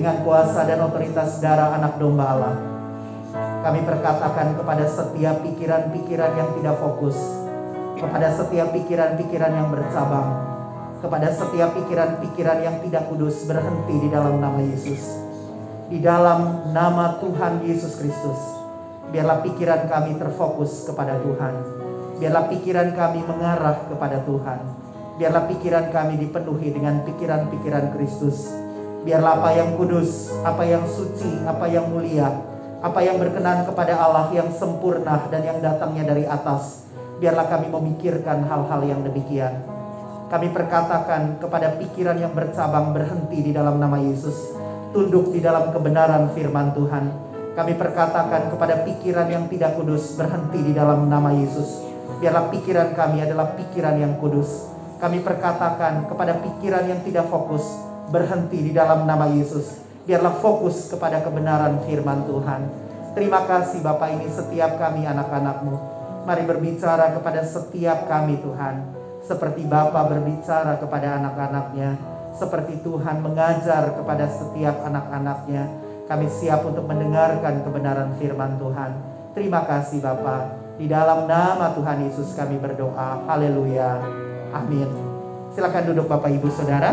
dengan kuasa dan otoritas darah anak domba Allah. Kami perkatakan kepada setiap pikiran-pikiran yang tidak fokus, kepada setiap pikiran-pikiran yang bercabang, kepada setiap pikiran-pikiran yang tidak kudus, berhenti di dalam nama Yesus. Di dalam nama Tuhan Yesus Kristus, biarlah pikiran kami terfokus kepada Tuhan. Biarlah pikiran kami mengarah kepada Tuhan. Biarlah pikiran kami dipenuhi dengan pikiran-pikiran Kristus. Biarlah apa yang kudus, apa yang suci, apa yang mulia, apa yang berkenan kepada Allah yang sempurna dan yang datangnya dari atas, biarlah kami memikirkan hal-hal yang demikian. Kami perkatakan kepada pikiran yang bercabang, berhenti di dalam nama Yesus. Tunduk di dalam kebenaran firman Tuhan. Kami perkatakan kepada pikiran yang tidak kudus, berhenti di dalam nama Yesus. Biarlah pikiran kami adalah pikiran yang kudus. Kami perkatakan kepada pikiran yang tidak fokus, berhenti di dalam nama Yesus. Biarlah fokus kepada kebenaran firman Tuhan. Terima kasih Bapak, ini setiap kami anak-anak-Mu. Mari berbicara kepada setiap kami Tuhan. Seperti Bapa berbicara kepada anak-anaknya, seperti Tuhan mengajar kepada setiap anak-anaknya. Kami siap untuk mendengarkan kebenaran firman Tuhan. Terima kasih Bapa. Di dalam nama Tuhan Yesus kami berdoa. Haleluya. Amin. Silakan duduk Bapak Ibu Saudara.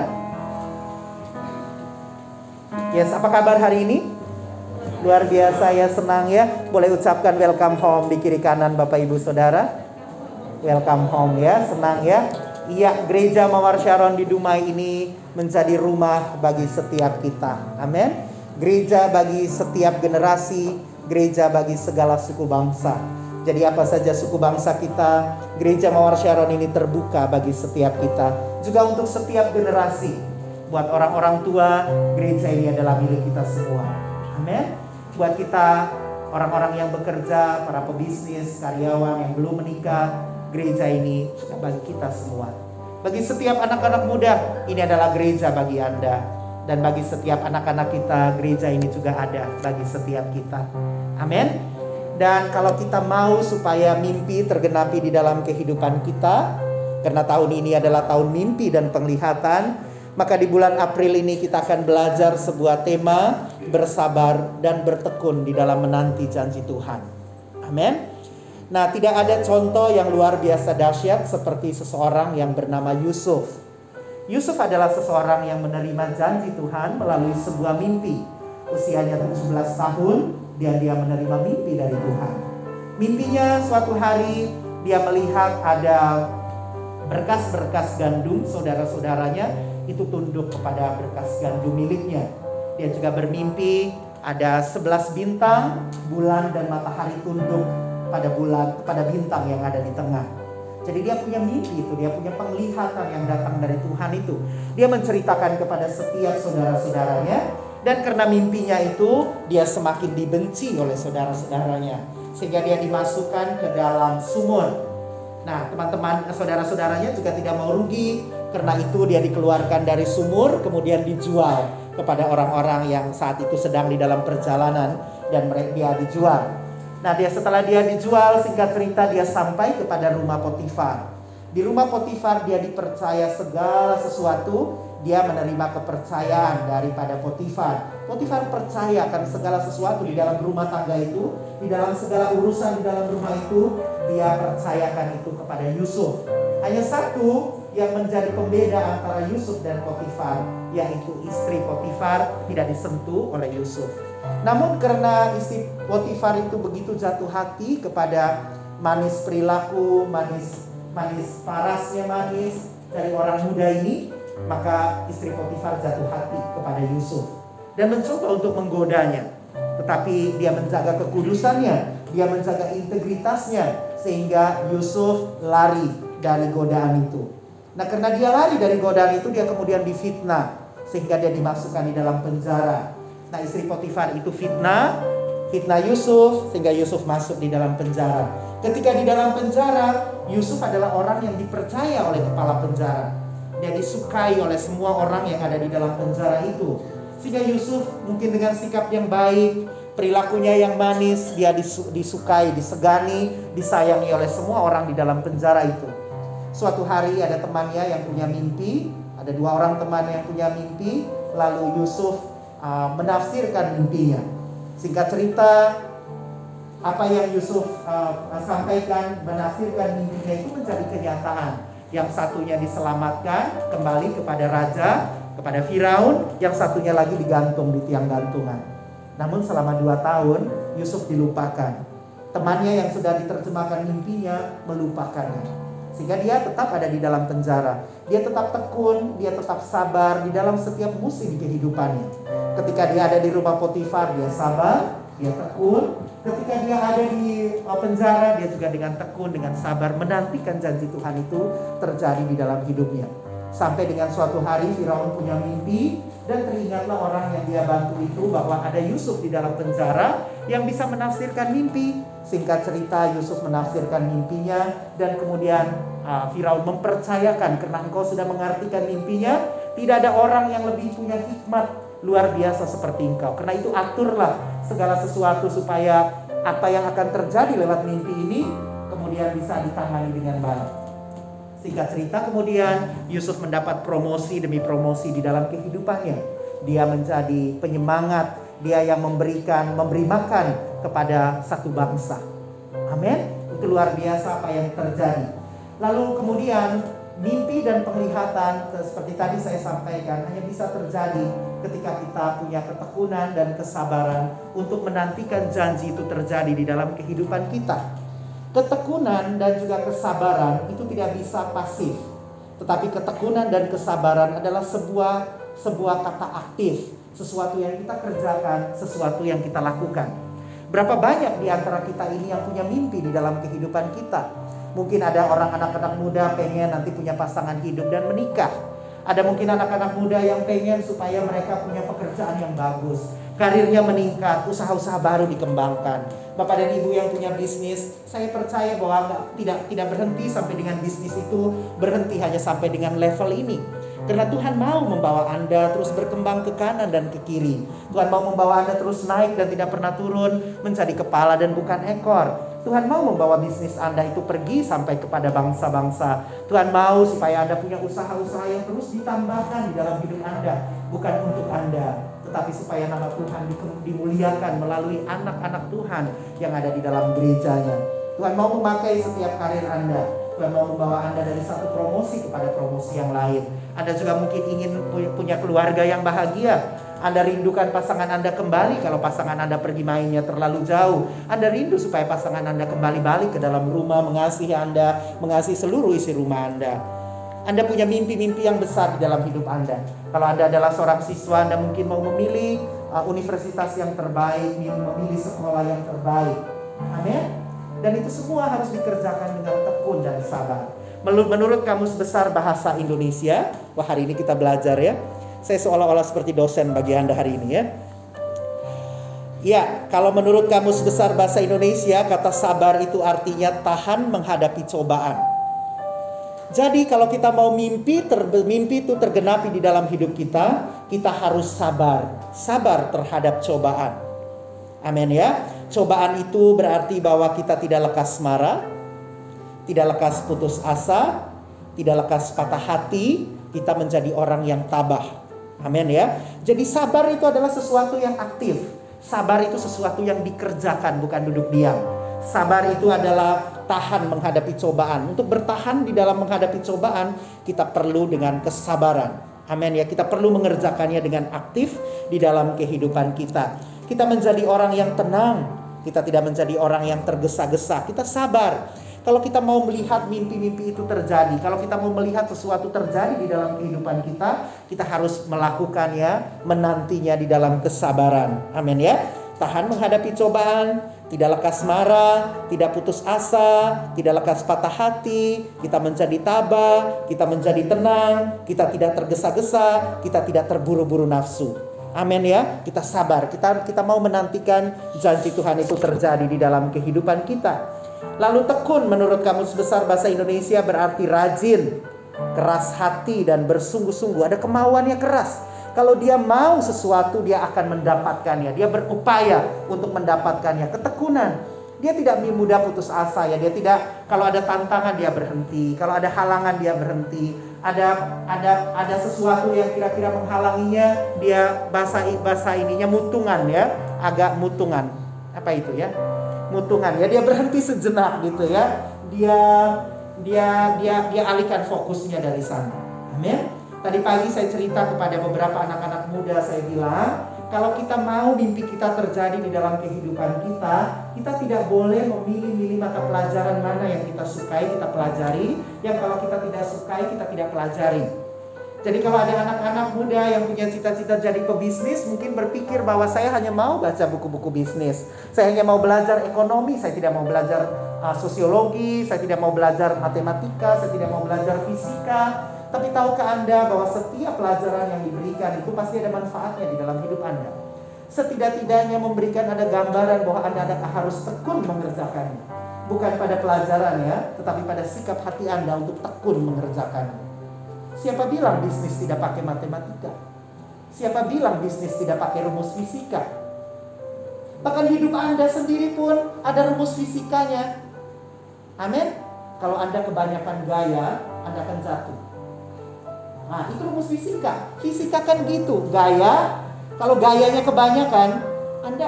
Yes, apa kabar hari ini? Luar biasa ya, senang ya. Boleh ucapkan welcome home di kiri kanan Bapak Ibu Saudara. Welcome home ya, senang ya. Iya, gereja Mawar Sharon di Dumai ini menjadi rumah bagi setiap kita. Amin. Gereja bagi setiap generasi, gereja bagi segala suku bangsa. Jadi apa saja suku bangsa kita, gereja Mawar Sharon ini terbuka bagi setiap kita. Juga untuk setiap generasi. Buat orang-orang tua, gereja ini adalah milik kita semua. Amin. Buat kita, orang-orang yang bekerja, para pebisnis, karyawan yang belum menikah, gereja ini juga bagi kita semua. Bagi setiap anak-anak muda, ini adalah gereja bagi Anda. Dan bagi setiap anak-anak kita, gereja ini juga ada bagi setiap kita. Amin. Dan kalau kita mau supaya mimpi tergenapi di dalam kehidupan kita, karena tahun ini adalah tahun mimpi dan penglihatan, maka di bulan April ini kita akan belajar sebuah tema, bersabar dan bertekun di dalam menanti janji Tuhan. Amin. Nah, tidak ada contoh yang luar biasa dahsyat seperti seseorang yang bernama Yusuf. Yusuf adalah seseorang yang menerima janji Tuhan melalui sebuah mimpi. Usianya 17 tahun, dia menerima mimpi dari Tuhan. Mimpinya suatu hari dia melihat ada berkas-berkas gandum saudara-saudaranya itu tunduk kepada berkas gandum miliknya. Dia juga bermimpi ada 11 bintang, bulan dan matahari tunduk pada bintang yang ada di tengah. Jadi dia punya mimpi itu, dia punya penglihatan yang datang dari Tuhan itu. Dia menceritakan kepada setiap saudara-saudaranya, dan karena mimpinya itu dia semakin dibenci oleh saudara-saudaranya, sehingga dia dimasukkan ke dalam sumur. Nah, teman-teman saudara-saudaranya juga tidak mau rugi. Karena itu dia dikeluarkan dari sumur, kemudian dijual kepada orang-orang yang saat itu sedang di dalam perjalanan, dan dia dijual. Nah, setelah dia dijual, singkat cerita dia sampai kepada rumah Potifar. Di rumah Potifar dia dipercaya segala sesuatu. Dia menerima kepercayaan daripada Potifar. Potifar percaya akan segala sesuatu di dalam rumah tangga itu, di dalam segala urusan di dalam rumah itu, dia percayakan itu kepada Yusuf. Hanya satu yang menjadi pembeda antara Yusuf dan Potifar, yaitu istri Potifar tidak disentuh oleh Yusuf. Namun karena istri Potifar itu begitu jatuh hati kepada manis perilaku, manis parasnya manis dari orang muda ini, maka istri Potifar jatuh hati kepada Yusuf dan mencoba untuk menggodanya. Tetapi dia menjaga kekudusannya, dia menjaga integritasnya, sehingga Yusuf lari dari godaan itu. Nah, karena dia lari dari godaan itu, dia kemudian difitnah sehingga dia dimasukkan di dalam penjara. Nah, istri Potifar itu fitnah Yusuf sehingga Yusuf masuk di dalam penjara. Ketika di dalam penjara, Yusuf adalah orang yang dipercaya oleh kepala penjara. Dia disukai oleh semua orang yang ada di dalam penjara itu. Sehingga Yusuf mungkin dengan sikap yang baik, perilakunya yang manis, dia disukai, disegani, disayangi oleh semua orang di dalam penjara itu. Suatu hari ada temannya yang punya mimpi, ada 2 orang teman yang punya mimpi, lalu Yusuf menafsirkan mimpinya. Singkat cerita, apa yang Yusuf sampaikan, menafsirkan mimpinya itu menjadi kenyataan. Yang satunya diselamatkan kembali kepada raja, kepada Firaun, yang satunya lagi digantung di tiang gantungan. Namun selama 2 tahun Yusuf dilupakan. Temannya yang sudah diterjemahkan mimpinya melupakannya, sehingga dia tetap ada di dalam penjara. Dia tetap tekun, dia tetap sabar di dalam setiap musim kehidupannya. Ketika dia ada di rumah Potifar, dia sabar, dia tekun. Ketika dia ada di penjara, dia juga dengan tekun, dengan sabar menantikan janji Tuhan itu terjadi di dalam hidupnya. Sampai dengan suatu hari Firaun punya mimpi, dan teringatlah orang yang dia bantu itu bahwa ada Yusuf di dalam penjara yang bisa menafsirkan mimpi. Singkat cerita, Yusuf menafsirkan mimpinya, dan kemudian Firaun mempercayakan, karena engkau sudah mengartikan mimpinya, tidak ada orang yang lebih punya hikmat luar biasa seperti engkau. Karena itu aturlah segala sesuatu supaya apa yang akan terjadi lewat mimpi ini kemudian bisa ditangani dengan baik. Singkat cerita, kemudian Yusuf mendapat promosi demi promosi di dalam kehidupannya. Dia menjadi penyemangat, dia yang memberi makan kepada satu bangsa. Amin. Itu luar biasa apa yang terjadi. Lalu kemudian mimpi dan penglihatan seperti tadi saya sampaikan hanya bisa terjadi ketika kita punya ketekunan dan kesabaran untuk menantikan janji itu terjadi di dalam kehidupan kita. Ketekunan dan juga kesabaran itu tidak bisa pasif. Tetapi ketekunan dan kesabaran adalah sebuah kata aktif. Sesuatu yang kita kerjakan, sesuatu yang kita lakukan. Berapa banyak di antara kita ini yang punya mimpi di dalam kehidupan kita? Mungkin ada orang anak-anak muda pengen nanti punya pasangan hidup dan menikah. Ada mungkin anak-anak muda yang pengen supaya mereka punya pekerjaan yang bagus, karirnya meningkat, usaha-usaha baru dikembangkan. Bapak dan Ibu yang punya bisnis, saya percaya bahwa tidak berhenti sampai dengan bisnis itu berhenti hanya sampai dengan level ini. Karena Tuhan mau membawa Anda terus berkembang ke kanan dan ke kiri. Tuhan mau membawa Anda terus naik dan tidak pernah turun menjadi kepala dan bukan ekor. Tuhan mau membawa bisnis Anda itu pergi sampai kepada bangsa-bangsa. Tuhan mau supaya Anda punya usaha-usaha yang terus ditambahkan di dalam hidup Anda. Bukan untuk Anda, tetapi supaya nama Tuhan dimuliakan melalui anak-anak Tuhan yang ada di dalam gerejanya. Tuhan mau memakai setiap karir Anda. Tuhan mau membawa Anda dari satu promosi kepada promosi yang lain. Anda juga mungkin ingin punya keluarga yang bahagia. Anda rindukan pasangan Anda kembali kalau pasangan Anda pergi mainnya terlalu jauh. Anda rindu supaya pasangan Anda kembali balik ke dalam rumah, mengasihi Anda, mengasihi seluruh isi rumah Anda. Anda punya mimpi-mimpi yang besar di dalam hidup Anda. Kalau Anda adalah seorang siswa, Anda mungkin mau memilih universitas yang terbaik, memilih sekolah yang terbaik. Amin. Dan itu semua harus dikerjakan dengan tekun dan sabar. Menurut Kamus Besar Bahasa Indonesia, wah hari ini kita belajar ya. Saya seolah-olah seperti dosen bagi Anda hari ini ya. Ya, kalau menurut Kamus Besar Bahasa Indonesia, kata sabar itu artinya tahan menghadapi cobaan. Jadi kalau kita mau mimpi itu tergenapi di dalam hidup kita, kita harus sabar terhadap cobaan. Amin ya. Cobaan itu berarti bahwa kita tidak lekas marah, tidak lekas putus asa, tidak lekas patah hati, kita menjadi orang yang tabah. Amin ya. Jadi sabar itu adalah sesuatu yang aktif. Sabar itu sesuatu yang dikerjakan, bukan duduk diam. Sabar itu adalah tahan menghadapi cobaan. Untuk bertahan di dalam menghadapi cobaan, kita perlu dengan kesabaran. Amin ya. Kita perlu mengerjakannya dengan aktif di dalam kehidupan kita. Kita menjadi orang yang tenang. Kita tidak menjadi orang yang tergesa-gesa. Kita sabar. Kalau kita mau melihat mimpi-mimpi itu terjadi, kalau kita mau melihat sesuatu terjadi di dalam kehidupan kita, kita harus melakukannya, menantinya di dalam kesabaran. Amin ya. Tahan menghadapi cobaan, tidak lekas marah, tidak putus asa, tidak lekas patah hati, kita menjadi tabah, kita menjadi tenang, kita tidak tergesa-gesa, kita tidak terburu-buru nafsu. Amin ya. Kita sabar, kita mau menantikan janji Tuhan itu terjadi di dalam kehidupan kita. Lalu tekun menurut Kamus Besar Bahasa Indonesia berarti rajin, keras hati dan bersungguh-sungguh. Ada kemauannya keras. Kalau dia mau sesuatu, dia akan mendapatkannya. Dia berupaya untuk mendapatkannya. Ketekunan. Dia tidak mudah putus asa ya. Dia tidak, kalau ada tantangan dia berhenti. Kalau ada halangan dia berhenti. ada sesuatu yang kira-kira menghalanginya, dia bahasa ininya mutungan ya, agak mutungan. Apa itu ya? Mutungan ya, dia berhenti sejenak gitu ya. Dia alihkan fokusnya dari sana. Amin. Tadi pagi saya cerita kepada beberapa anak-anak muda, saya bilang, kalau kita mau mimpi kita terjadi di dalam kehidupan kita tidak boleh memilih-milih mata pelajaran mana yang kita sukai, kita pelajari. Yang kalau kita tidak sukai, kita tidak pelajari. Jadi kalau ada anak-anak muda yang punya cita-cita jadi pebisnis, mungkin berpikir bahwa saya hanya mau baca buku-buku bisnis. Saya hanya mau belajar ekonomi, saya tidak mau belajar sosiologi, saya tidak mau belajar matematika, saya tidak mau belajar fisika. Tapi tahukah Anda bahwa setiap pelajaran yang diberikan itu pasti ada manfaatnya di dalam hidup Anda. Setidak-tidaknya memberikan ada gambaran bahwa Anda harus tekun mengerjakannya. Bukan pada pelajarannya, tetapi pada sikap hati Anda untuk tekun mengerjakannya. Siapa bilang bisnis tidak pakai matematika? Siapa bilang bisnis tidak pakai rumus fisika? Bahkan hidup Anda sendiri pun ada rumus fisikanya. Amin. Kalau Anda kebanyakan gaya, Anda akan jatuh. Nah, itu rumus fisika. Fisika kan gitu, gaya. Kalau gayanya kebanyakan, Anda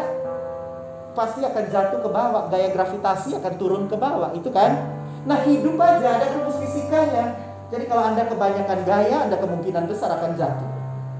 pasti akan jatuh ke bawah. Gaya gravitasi akan turun ke bawah, itu kan. Nah, hidup aja ada rumus fisikanya. Jadi kalau Anda kebanyakan gaya, Anda kemungkinan besar akan jatuh.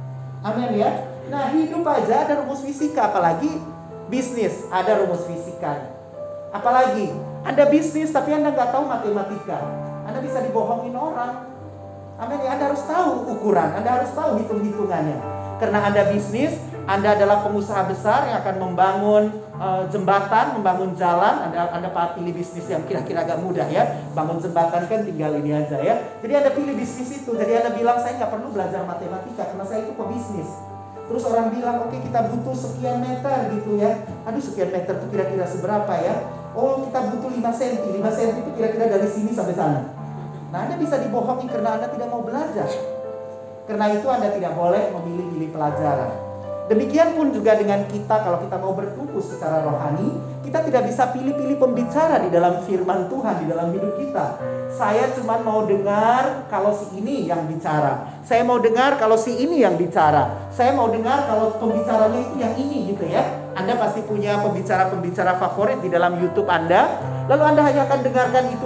Amin ya. Nah, hidup aja ada rumus fisika. Apalagi bisnis, ada rumus fisikanya. Apalagi Anda bisnis tapi Anda nggak tahu matematika, Anda bisa dibohongin orang. Amin ya, Anda harus tahu ukuran, Anda harus tahu hitung-hitungannya. Karena Anda bisnis, Anda adalah pengusaha besar yang akan membangun jembatan, membangun jalan. Anda pilih bisnis yang kira-kira agak mudah ya. Bangun jembatan kan tinggal ini aja ya. Jadi Anda pilih bisnis itu. Jadi Anda bilang, saya nggak perlu belajar matematika karena saya itu pebisnis. Terus orang bilang, oke, kita butuh sekian meter gitu ya. Aduh, sekian meter itu kira-kira seberapa ya? Oh, kita butuh 5 cm. 5 cm itu kira-kira dari sini sampai sana. Nah, Anda bisa dibohongi karena Anda tidak mau belajar. Karena itu Anda tidak boleh memilih-milih pelajaran. Demikian pun juga dengan kita, kalau kita mau bertumbuh secara rohani, kita tidak bisa pilih-pilih pembicara di dalam firman Tuhan, di dalam hidup kita. Saya cuma mau dengar kalau si ini yang bicara. Saya mau dengar kalau si ini yang bicara. Saya mau dengar kalau pembicaranya itu yang ini gitu ya. Anda pasti punya pembicara-pembicara favorit di dalam YouTube Anda. Lalu Anda hanya akan dengarkan itu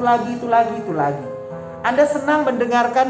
lagi. Anda senang mendengarkan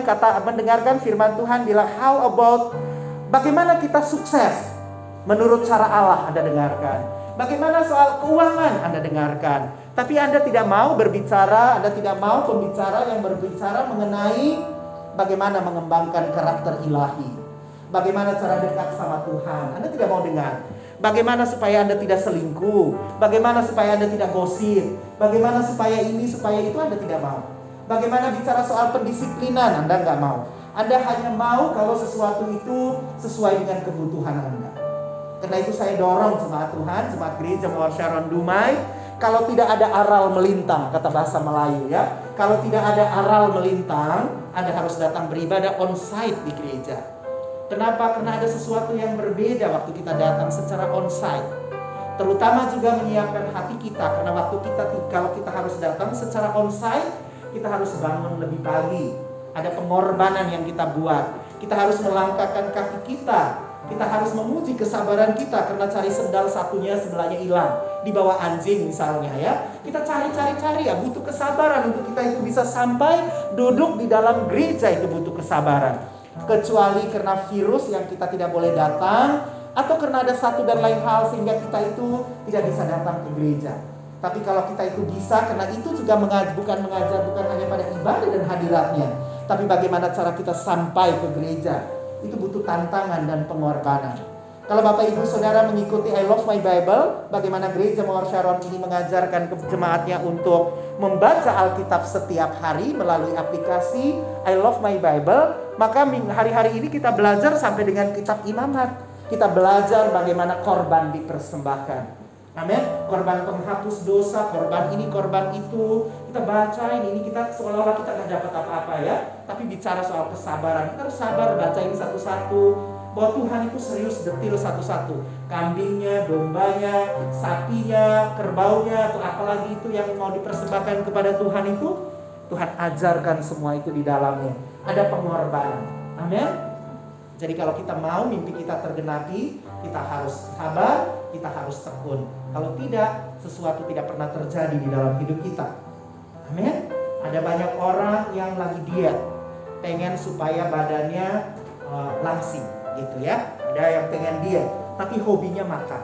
firman Tuhan bilang, how about bagaimana kita sukses menurut cara Allah, Anda dengarkan. Bagaimana soal keuangan, Anda dengarkan. Tapi Anda tidak mau berbicara, Anda tidak mau pembicara yang berbicara mengenai bagaimana mengembangkan karakter ilahi. Bagaimana cara dekat sama Tuhan, Anda tidak mau dengar. Bagaimana supaya Anda tidak selingkuh, bagaimana supaya Anda tidak gosip, bagaimana supaya ini, supaya itu, Anda tidak mau. Bagaimana bicara soal pendisiplinan, Anda nggak mau. Anda hanya mau kalau sesuatu itu sesuai dengan kebutuhan Anda. Karena itu saya dorong jemaat Tuhan, jemaat gereja Mawar Sharon Dumai, kalau tidak ada aral melintang, kata bahasa Melayu ya. Kalau tidak ada aral melintang, Anda harus datang beribadah on-site di gereja. Kenapa? Karena ada sesuatu yang berbeda waktu kita datang secara on-site. Terutama juga menyiapkan hati kita, karena kalau kita harus datang secara on-site, kita harus bangun lebih pagi. Ada pengorbanan yang kita buat. Kita harus melangkahkan kaki kita. Kita harus memuji kesabaran kita karena cari sendal satunya sebelahnya hilang di bawah anjing misalnya ya. Kita cari ya, butuh kesabaran untuk kita itu bisa sampai duduk di dalam gereja, itu butuh kesabaran. Kecuali karena virus yang kita tidak boleh datang, atau karena ada satu dan lain hal sehingga kita itu tidak bisa datang ke gereja. Tapi kalau kita itu bisa, karena itu juga bukan hanya pada ibadah dan hadiratnya, tapi bagaimana cara kita sampai ke gereja, itu butuh tantangan dan pengorbanan. Kalau Bapak Ibu Saudara mengikuti I Love My Bible, bagaimana gereja Mawar Sharon ini mengajarkan ke jemaatnya untuk membaca Alkitab setiap hari melalui aplikasi I Love My Bible, maka hari-hari ini kita belajar sampai dengan kitab Imamat. Kita belajar bagaimana korban dipersembahkan. Amin. Korban penghapus dosa, korban ini, korban itu. Kita baca ini kita seolah-olah kita nggak dapat apa-apa ya. Tapi bicara soal kesabaran, kita harus sabar baca ini satu-satu. Bahwa Tuhan itu serius detil satu-satu. Kambingnya, dombanya, sapinya, kerbaunya, atau apalagi itu yang mau dipersembahkan kepada Tuhan itu Tuhan ajarkan semua itu di dalamnya. Ada pengorbanan. Amin. Jadi kalau kita mau mimpi kita tergenapi, kita harus sabar, kita harus tekun. Kalau tidak, sesuatu tidak pernah terjadi di dalam hidup kita. Amin. Ada banyak orang yang lagi diet, pengen supaya badannya langsing gitu ya. Ada yang pengen diet, tapi hobinya makan.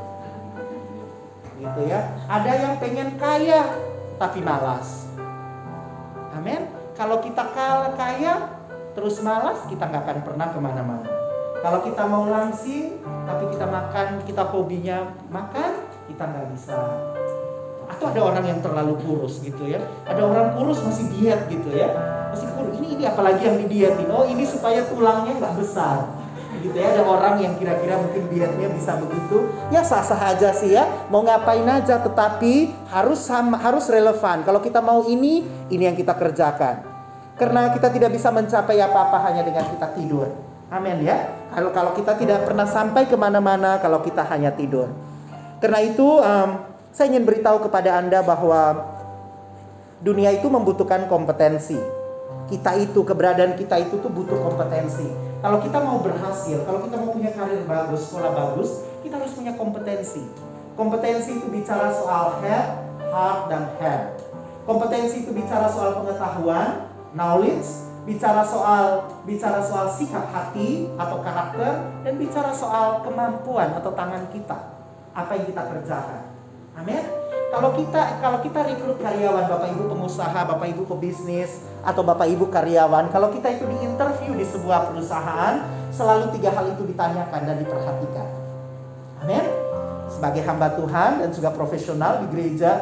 Gitu ya. Ada yang pengen kaya, tapi malas. Amin. Kalau kita kaya terus malas, kita nggak akan pernah kemana-mana. Kalau kita mau langsing tapi kita makan, kita hobinya makan, kita nggak bisa. Atau ada orang yang terlalu kurus gitu ya. Ada orang kurus masih diet gitu ya. Masih kurus. Ini apalagi yang didietin. Oh, ini supaya tulangnya nggak besar. Gitu ya. Ada orang yang kira-kira mungkin dietnya bisa begitu. Ya sah-sah aja sih ya. Mau ngapain aja, tetapi harus relevan. Kalau kita mau ini yang kita kerjakan. Karena kita tidak bisa mencapai apa-apa hanya dengan kita tidur. Amin ya. Kalau kita tidak pernah sampai kemana-mana kalau kita hanya tidur. Karena itu saya ingin beritahu kepada Anda bahwa dunia itu membutuhkan kompetensi. Keberadaan kita itu tuh butuh kompetensi. Kalau kita mau berhasil, kalau kita mau punya karir bagus, sekolah bagus, kita harus punya kompetensi. Kompetensi itu bicara soal head, heart, dan hand. Kompetensi itu bicara soal pengetahuan, knowledge, bicara soal sikap hati atau karakter, dan bicara soal kemampuan atau tangan kita. Apa yang kita kerjakan. Amin. Kalau kita rekrut karyawan, Bapak Ibu pengusaha, Bapak Ibu pebisnis, atau Bapak Ibu karyawan, kalau kita itu diinterview di sebuah perusahaan, selalu 3 hal itu ditanyakan dan diperhatikan. Amin. Sebagai hamba Tuhan dan juga profesional di gereja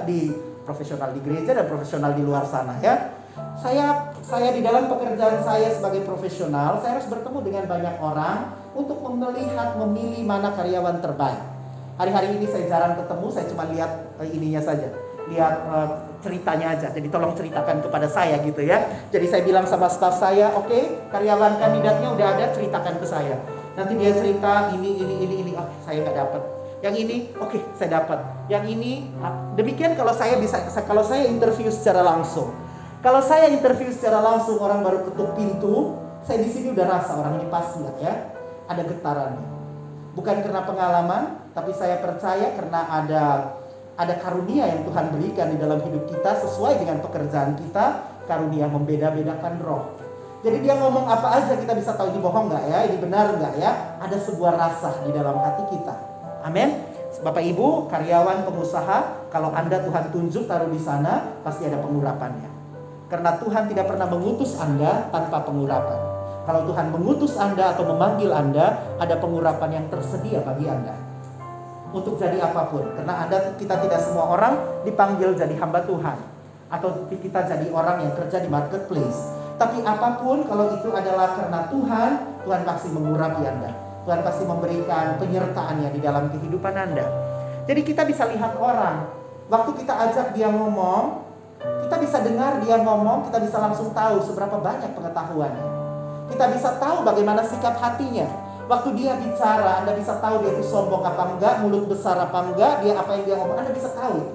dan profesional di luar sana ya. Saya di dalam pekerjaan saya sebagai profesional, saya harus bertemu dengan banyak orang untuk memilih mana karyawan terbaik. Hari-hari ini saya jarang ketemu, saya cuma lihat ininya saja, lihat ceritanya aja. Jadi tolong ceritakan kepada saya gitu ya. Jadi saya bilang sama staf saya, oke, karyawan kandidatnya udah ada, ceritakan ke saya. Nanti dia cerita ini, saya nggak dapat. Yang ini, oke, saya dapat. Yang ini, demikian kalau saya interview secara langsung. Kalau saya interview secara langsung, orang baru ketuk pintu, saya di sini udah rasa orang ini pasti ya, ada getarannya. Bukan karena pengalaman, tapi saya percaya karena ada karunia yang Tuhan berikan di dalam hidup kita sesuai dengan pekerjaan kita, karunia membeda-bedakan roh. Jadi dia ngomong apa aja kita bisa tahu ini bohong nggak ya, ini benar nggak ya. Ada sebuah rasa di dalam hati kita. Amin. Bapak Ibu, karyawan, pengusaha, kalau Anda Tuhan tunjuk taruh di sana, pasti ada pengurapannya. Karena Tuhan tidak pernah mengutus Anda tanpa pengurapan. Kalau Tuhan mengutus Anda atau memanggil Anda, ada pengurapan yang tersedia bagi Anda untuk jadi apapun. Karena kita tidak semua orang dipanggil jadi hamba Tuhan, atau kita jadi orang yang kerja di marketplace. Tapi apapun, kalau itu adalah karena Tuhan pasti mengurapi Anda. Tuhan pasti memberikan penyertaannya di dalam kehidupan Anda. Jadi kita bisa lihat orang, waktu kita ajak dia ngomong, kita bisa dengar dia ngomong, kita bisa langsung tahu seberapa banyak pengetahuannya. Kita bisa tahu bagaimana sikap hatinya. Waktu dia bicara, Anda bisa tahu dia itu sombong apa enggak, mulut besar apa enggak, apa yang dia ngomong, Anda bisa tahu.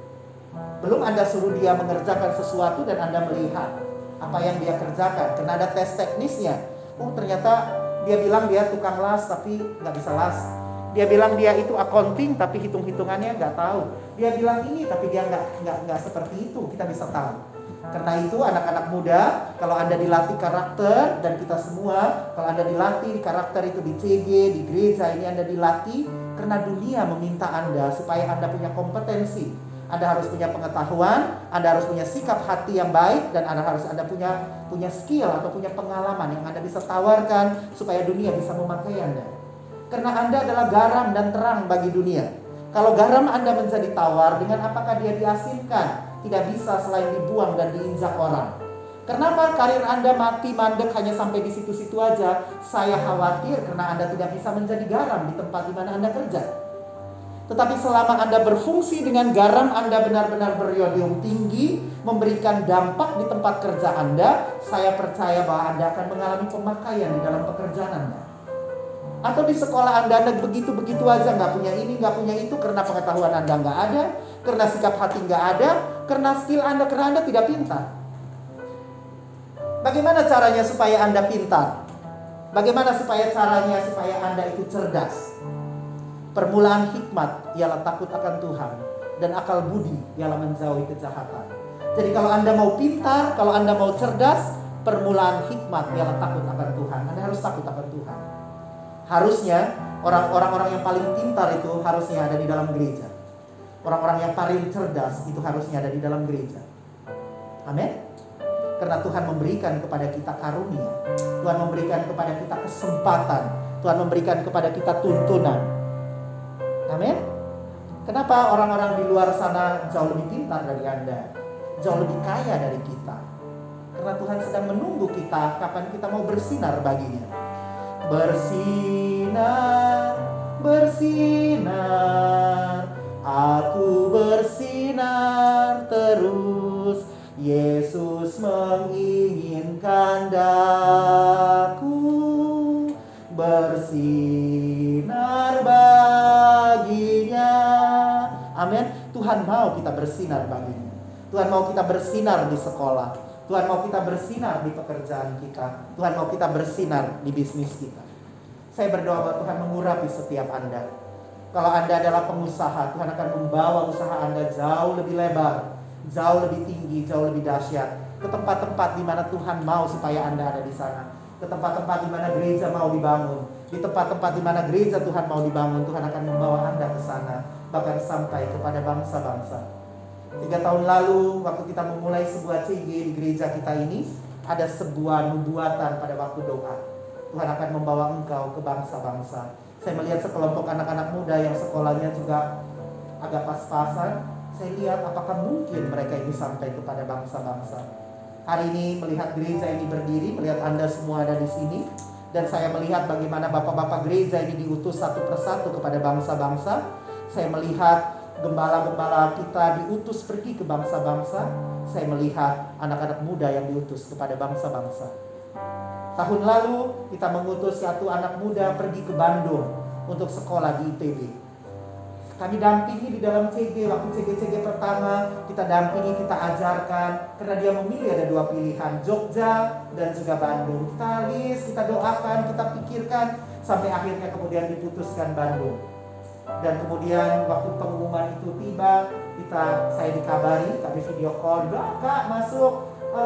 Belum Anda suruh dia mengerjakan sesuatu dan Anda melihat apa yang dia kerjakan. Karena ada tes teknisnya. Oh, ternyata dia bilang dia tukang las tapi nggak bisa las. Dia bilang dia itu accounting tapi hitung-hitungannya nggak tahu. Dia bilang ini tapi dia nggak seperti itu. Kita bisa tahu. Karena itu anak-anak muda, kalau Anda dilatih karakter, dan kita semua, kalau Anda dilatih karakter itu di CG, di gereja ini Anda dilatih, karena dunia meminta Anda supaya Anda punya kompetensi. Anda harus punya pengetahuan, Anda harus punya sikap hati yang baik, dan Anda punya skill atau punya pengalaman yang Anda bisa tawarkan supaya dunia bisa memakai Anda. Karena Anda adalah garam dan terang bagi dunia. Kalau garam Anda menjadi tawar, dengan apakah dia diasinkan? Tidak bisa selain dibuang dan diinjak orang. Kenapa karir Anda mati mandek hanya sampai di situ-situ aja? Saya khawatir karena Anda tidak bisa menjadi garam di tempat di mana Anda kerja. Tetapi selama Anda berfungsi dengan garam, Anda benar-benar beriodium tinggi, memberikan dampak di tempat kerja Anda, saya percaya bahwa Anda akan mengalami pemakaian di dalam pekerjaan Anda. Atau di sekolah Anda begitu-begitu aja, nggak punya ini, nggak punya itu, karena pengetahuan Anda nggak ada, karena sikap hati nggak ada, karena skill Anda, karena Anda tidak pintar. Bagaimana caranya supaya Anda pintar? Bagaimana caranya supaya Anda itu cerdas? Permulaan hikmat ialah takut akan Tuhan, dan akal budi ialah menjauhi kejahatan. Jadi kalau Anda mau pintar, kalau Anda mau cerdas, permulaan hikmat ialah takut akan Tuhan. Anda harus takut akan Tuhan. Harusnya orang-orang yang paling pintar itu harusnya ada di dalam gereja. Orang-orang yang paling cerdas itu harusnya ada di dalam gereja. Amin. Karena Tuhan memberikan kepada kita karunia, Tuhan memberikan kepada kita kesempatan, Tuhan memberikan kepada kita tuntunan. Amin. Kenapa orang-orang di luar sana jauh lebih pintar dari Anda, jauh lebih kaya dari kita? Karena Tuhan sedang menunggu kita kapan kita mau bersinar baginya. Bersinar, bersinar, aku bersinar terus. Yesus menginginkan daku bersinar baginya. Amin. Tuhan mau kita bersinar baginya. Tuhan mau kita bersinar di sekolah. Tuhan mau kita bersinar di pekerjaan kita. Tuhan mau kita bersinar di bisnis kita. Saya berdoa bahwa Tuhan mengurapi setiap Anda. Kalau Anda adalah pengusaha, Tuhan akan membawa usaha Anda jauh lebih lebar, jauh lebih tinggi, jauh lebih dahsyat, ke tempat-tempat di mana Tuhan mau supaya Anda ada di sana. Ke tempat-tempat di mana gereja mau dibangun. Di tempat-tempat di mana gereja Tuhan mau dibangun, Tuhan akan membawa Anda ke sana, bahkan sampai kepada bangsa-bangsa. 3 tahun lalu waktu kita memulai sebuah CG di gereja kita ini, ada sebuah nubuatan pada waktu doa. Tuhan akan membawa engkau ke bangsa-bangsa. Saya melihat sekelompok anak-anak muda yang sekolahnya juga agak pas-pasan. Saya lihat apakah mungkin mereka ini sampai kepada bangsa-bangsa. Hari ini melihat gereja ini berdiri, melihat Anda semua ada di sini, dan saya melihat bagaimana bapak-bapak gereja ini diutus satu persatu kepada bangsa-bangsa. Saya melihat gembala-gembala kita diutus pergi ke bangsa-bangsa. Saya melihat anak-anak muda yang diutus kepada bangsa-bangsa. Tahun lalu kita mengutus satu anak muda pergi ke Bandung untuk sekolah di ITB. Kami dampingi di dalam CG, waktu CG pertama kita dampingi, kita ajarkan, karena dia memilih ada 2 pilihan, Jogja dan juga Bandung. Kita list, kita doakan, kita pikirkan, sampai akhirnya kemudian diputuskan Bandung. Dan kemudian waktu pengumuman itu tiba, saya dikabari, kami video call, Kak masuk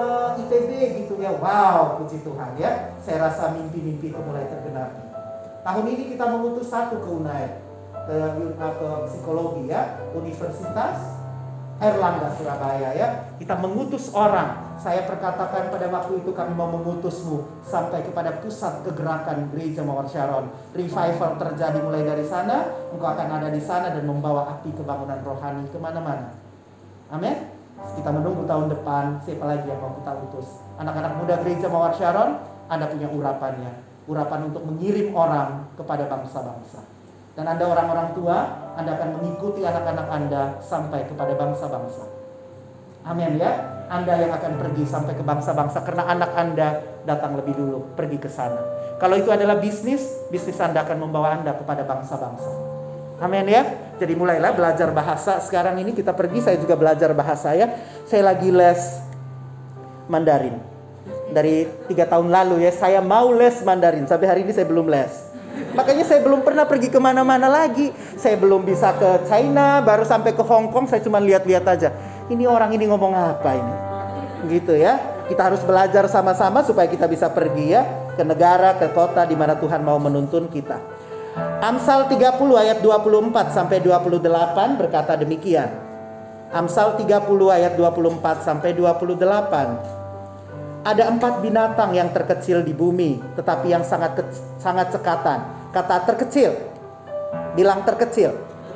ITB gitu ya. Wow, puji Tuhan ya. Saya rasa mimpi-mimpi itu mulai tergenapi. Tahun ini kita mengutus satu ke UNAIR, ke psikologi ya, Universitas Airlangga Surabaya ya. Kita mengutus orang. Saya perkatakan pada waktu itu kami mau mengutusmu sampai kepada pusat kegerakan Gereja Mawar Sharon. Revival terjadi mulai dari sana. Engkau akan ada di sana dan membawa api kebangunan rohani kemana-mana. Amin. Kita menunggu tahun depan siapa lagi yang mau kita utus. Anak-anak muda Gereja Mawar Sharon, Anda punya urapannya. Urapan untuk mengirim orang kepada bangsa-bangsa. Dan Anda orang-orang tua, Anda akan mengikuti anak-anak Anda sampai kepada bangsa-bangsa. Amin ya. Anda yang akan pergi sampai ke bangsa-bangsa karena anak Anda datang lebih dulu, pergi ke sana. Kalau itu adalah bisnis Anda akan membawa Anda kepada bangsa-bangsa. Amin ya. Jadi mulailah belajar bahasa. Sekarang ini kita pergi, saya juga belajar bahasa ya. Saya lagi les Mandarin. Dari 3 tahun lalu ya, saya mau les Mandarin. Sampai hari ini saya belum les. Makanya saya belum pernah pergi kemana-mana lagi. Saya belum bisa ke China, baru sampai ke Hong Kong saya cuma lihat-lihat aja. Ini orang ini ngomong apa ini? Gitu ya. Kita harus belajar sama-sama supaya kita bisa pergi ya ke negara, ke kota di mana Tuhan mau menuntun kita. Amsal 30 ayat 24 sampai 28 berkata demikian. Amsal 30 ayat 24 sampai 28. Ada 4 binatang yang terkecil di bumi, tetapi yang sangat cekatan. Kata terkecil, bilang terkecil.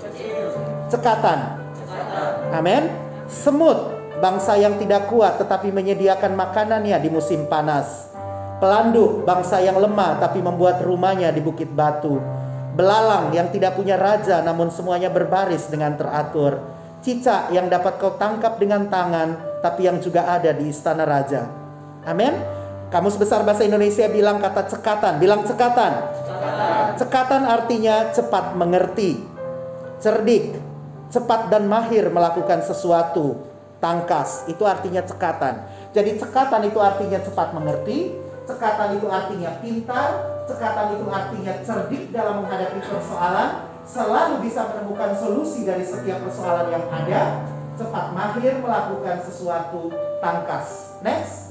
Cekatan. Amin. Semut, bangsa yang tidak kuat tetapi menyediakan makanannya di musim panas. Pelanduk, bangsa yang lemah tapi membuat rumahnya di bukit batu. Belalang yang tidak punya raja namun semuanya berbaris dengan teratur. Cicak yang dapat kau tangkap dengan tangan tapi yang juga ada di istana raja. Amin. Kamus Besar Bahasa Indonesia bilang kata cekatan. Bilang cekatan. Cekatan artinya cepat mengerti, cerdik, cepat dan mahir melakukan sesuatu. Tangkas, itu artinya cekatan. Jadi cekatan itu artinya cepat mengerti, cekatan itu artinya pintar, cekatan itu artinya cerdik dalam menghadapi persoalan, selalu bisa menemukan solusi dari setiap persoalan yang ada, cepat mahir melakukan sesuatu tangkas. Next.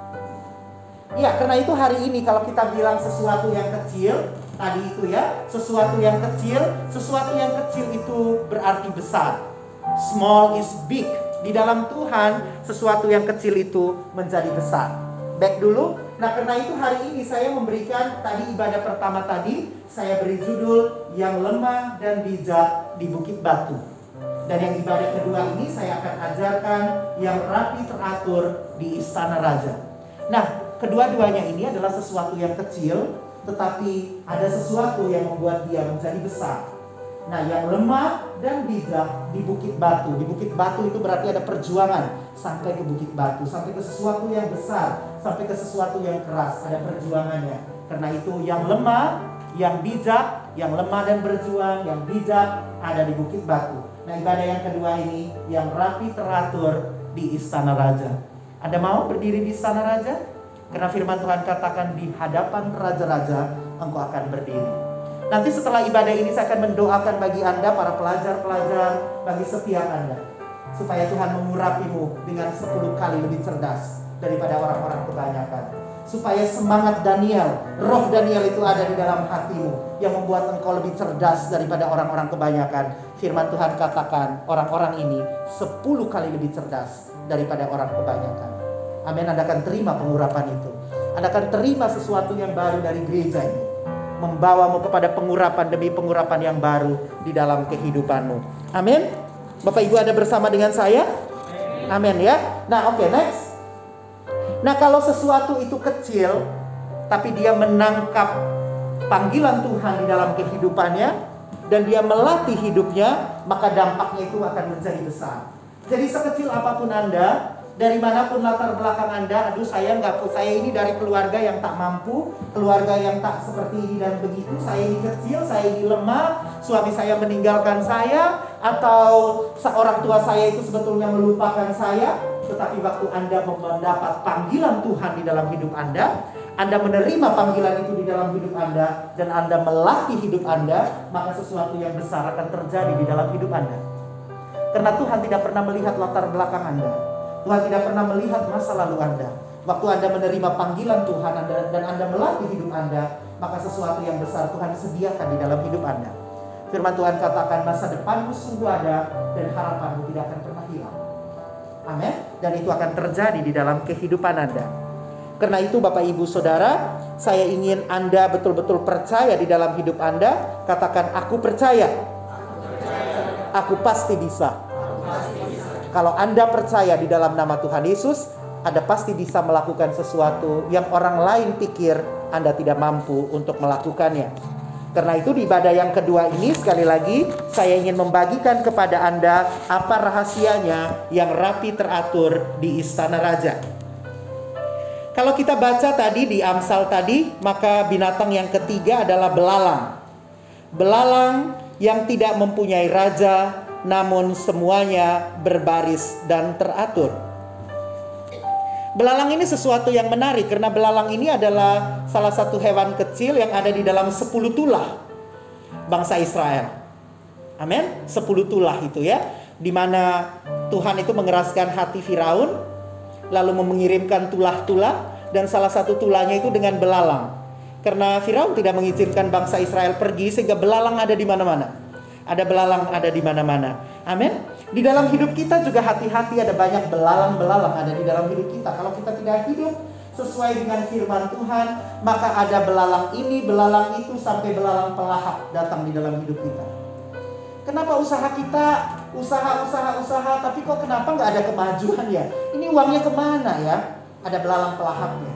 Ya, karena itu hari ini kalau kita bilang sesuatu yang kecil, tadi itu ya, sesuatu yang kecil itu berarti besar. Small is big. Di dalam Tuhan, sesuatu yang kecil itu menjadi besar. Back dulu. Nah, karena itu hari ini saya memberikan tadi ibadah pertama tadi, saya beri judul yang lemah dan bijak di Bukit Batu. Dan yang ibadah kedua ini saya akan ajarkan yang rapi teratur di Istana Raja. Nah, kedua-duanya ini adalah sesuatu yang kecil, tetapi ada sesuatu yang membuat dia menjadi besar. Nah, yang lemah dan bijak di Bukit Batu. Di Bukit Batu itu berarti ada perjuangan sampai ke Bukit Batu, sampai ke sesuatu yang besar, sampai ke sesuatu yang keras, ada perjuangannya. Karena itu yang lemah, yang bijak, yang lemah dan berjuang, yang bijak ada di Bukit Batu. Nah, ibadah yang kedua ini yang rapi teratur di Istana Raja. Anda mau berdiri di Istana Raja? Karena firman Tuhan katakan di hadapan raja-raja engkau akan berdiri. Nanti setelah ibadah ini saya akan mendoakan bagi Anda para pelajar-pelajar, bagi setiap Anda, supaya Tuhan mengurapimu dengan 10 kali lebih cerdas daripada orang-orang kebanyakan. Supaya semangat Daniel, roh Daniel itu ada di dalam hatimu, yang membuat engkau lebih cerdas daripada orang-orang kebanyakan. Firman Tuhan katakan orang-orang ini 10 kali lebih cerdas daripada orang kebanyakan. Amin. Anda akan terima pengurapan itu. Anda akan terima sesuatu yang baru dari gereja ini, membawamu kepada pengurapan demi pengurapan yang baru di dalam kehidupanmu. Amin. Bapak Ibu ada bersama dengan saya? Amin ya. Nah, oke, next. Nah, kalau sesuatu itu kecil tapi dia menangkap panggilan Tuhan di dalam kehidupannya dan dia melatih hidupnya, maka dampaknya itu akan menjadi besar. Jadi sekecil apapun Anda, dari manapun latar belakang Anda, aduh saya ini dari keluarga yang tak mampu, keluarga yang tak seperti ini dan begitu, saya ini kecil, saya ini lemah, suami saya meninggalkan saya, atau seorang tua saya itu sebetulnya melupakan saya. Tetapi waktu Anda mendapat panggilan Tuhan di dalam hidup Anda menerima panggilan itu di dalam hidup Anda, dan Anda melatih hidup Anda, maka sesuatu yang besar akan terjadi di dalam hidup Anda. Karena Tuhan tidak pernah melihat latar belakang Anda, Tuhan tidak pernah melihat masa lalu Anda. Waktu Anda menerima panggilan Tuhan dan Anda melatih hidup Anda, maka sesuatu yang besar Tuhan sediakan di dalam hidup Anda. Firman Tuhan katakan masa depanmu sungguh ada dan harapanmu tidak akan pernah hilang. Amin. Dan itu akan terjadi di dalam kehidupan Anda. Karena itu Bapak Ibu Saudara, saya ingin Anda betul-betul percaya di dalam hidup Anda. Katakan, aku percaya. Aku pasti bisa. Kalau Anda percaya di dalam nama Tuhan Yesus, Anda pasti bisa melakukan sesuatu yang orang lain pikir Anda tidak mampu untuk melakukannya. Karena itu di ibadah yang kedua ini, sekali lagi saya ingin membagikan kepada Anda apa rahasianya yang rapi teratur di Istana Raja. Kalau kita baca tadi di Amsal tadi, maka binatang yang ketiga adalah belalang. Belalang yang tidak mempunyai raja, namun semuanya berbaris dan teratur. Belalang ini sesuatu yang menarik, karena belalang ini adalah salah satu hewan kecil yang ada di dalam 10 tulah bangsa Israel. Amin. 10 tulah itu ya, di mana Tuhan itu mengeraskan hati Firaun, lalu mengirimkan tulah-tulah, dan salah satu tulahnya itu dengan belalang. Karena Firaun tidak mengizinkan bangsa Israel pergi, sehingga belalang ada di mana-mana. Ada belalang ada di mana-mana. Amin. Di dalam hidup kita juga hati-hati, ada banyak belalang-belalang ada di dalam hidup kita. Kalau kita tidak hidup sesuai dengan firman Tuhan, maka ada belalang ini, belalang itu, sampai belalang pelahap datang di dalam hidup kita. Kenapa usaha kita, usaha, tapi kok kenapa nggak ada kemajuan ya? Ini uangnya kemana ya? Ada belalang pelahapnya.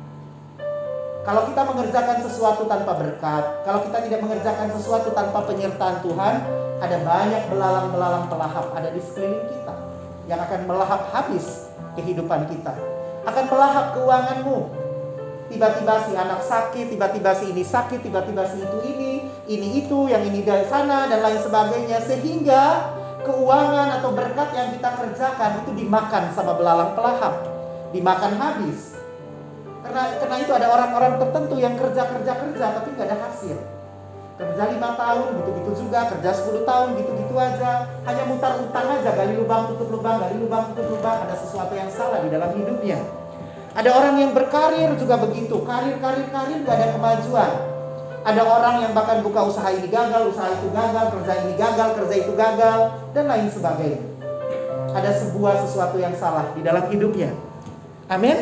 Kalau kita mengerjakan sesuatu tanpa berkat, kalau kita tidak mengerjakan sesuatu tanpa penyertaan Tuhan, ada banyak belalang-belalang pelahap ada di sekeliling kita yang akan melahap habis kehidupan kita. Akan melahap keuanganmu. Tiba-tiba si anak sakit, tiba-tiba si ini sakit, tiba-tiba si ini itu, yang ini dari sana, dan lain sebagainya. Sehingga keuangan atau berkat yang kita kerjakan itu dimakan sama belalang pelahap. dimakan habis. Karena itu ada orang-orang tertentu yang kerja tapi nggak ada hasil. Kerja 5 tahun gitu-gitu juga, kerja 10 tahun gitu-gitu aja, hanya mutar utang aja, gali lubang tutup lubang, gali lubang tutup lubang. Ada sesuatu yang salah di dalam hidupnya. Ada orang yang berkarir juga begitu, karir nggak ada kemajuan. Ada orang yang bahkan buka usaha ini gagal, usaha itu gagal, kerja ini gagal, kerja itu gagal, dan lain sebagainya. Ada sesuatu yang salah di dalam hidupnya. Amin.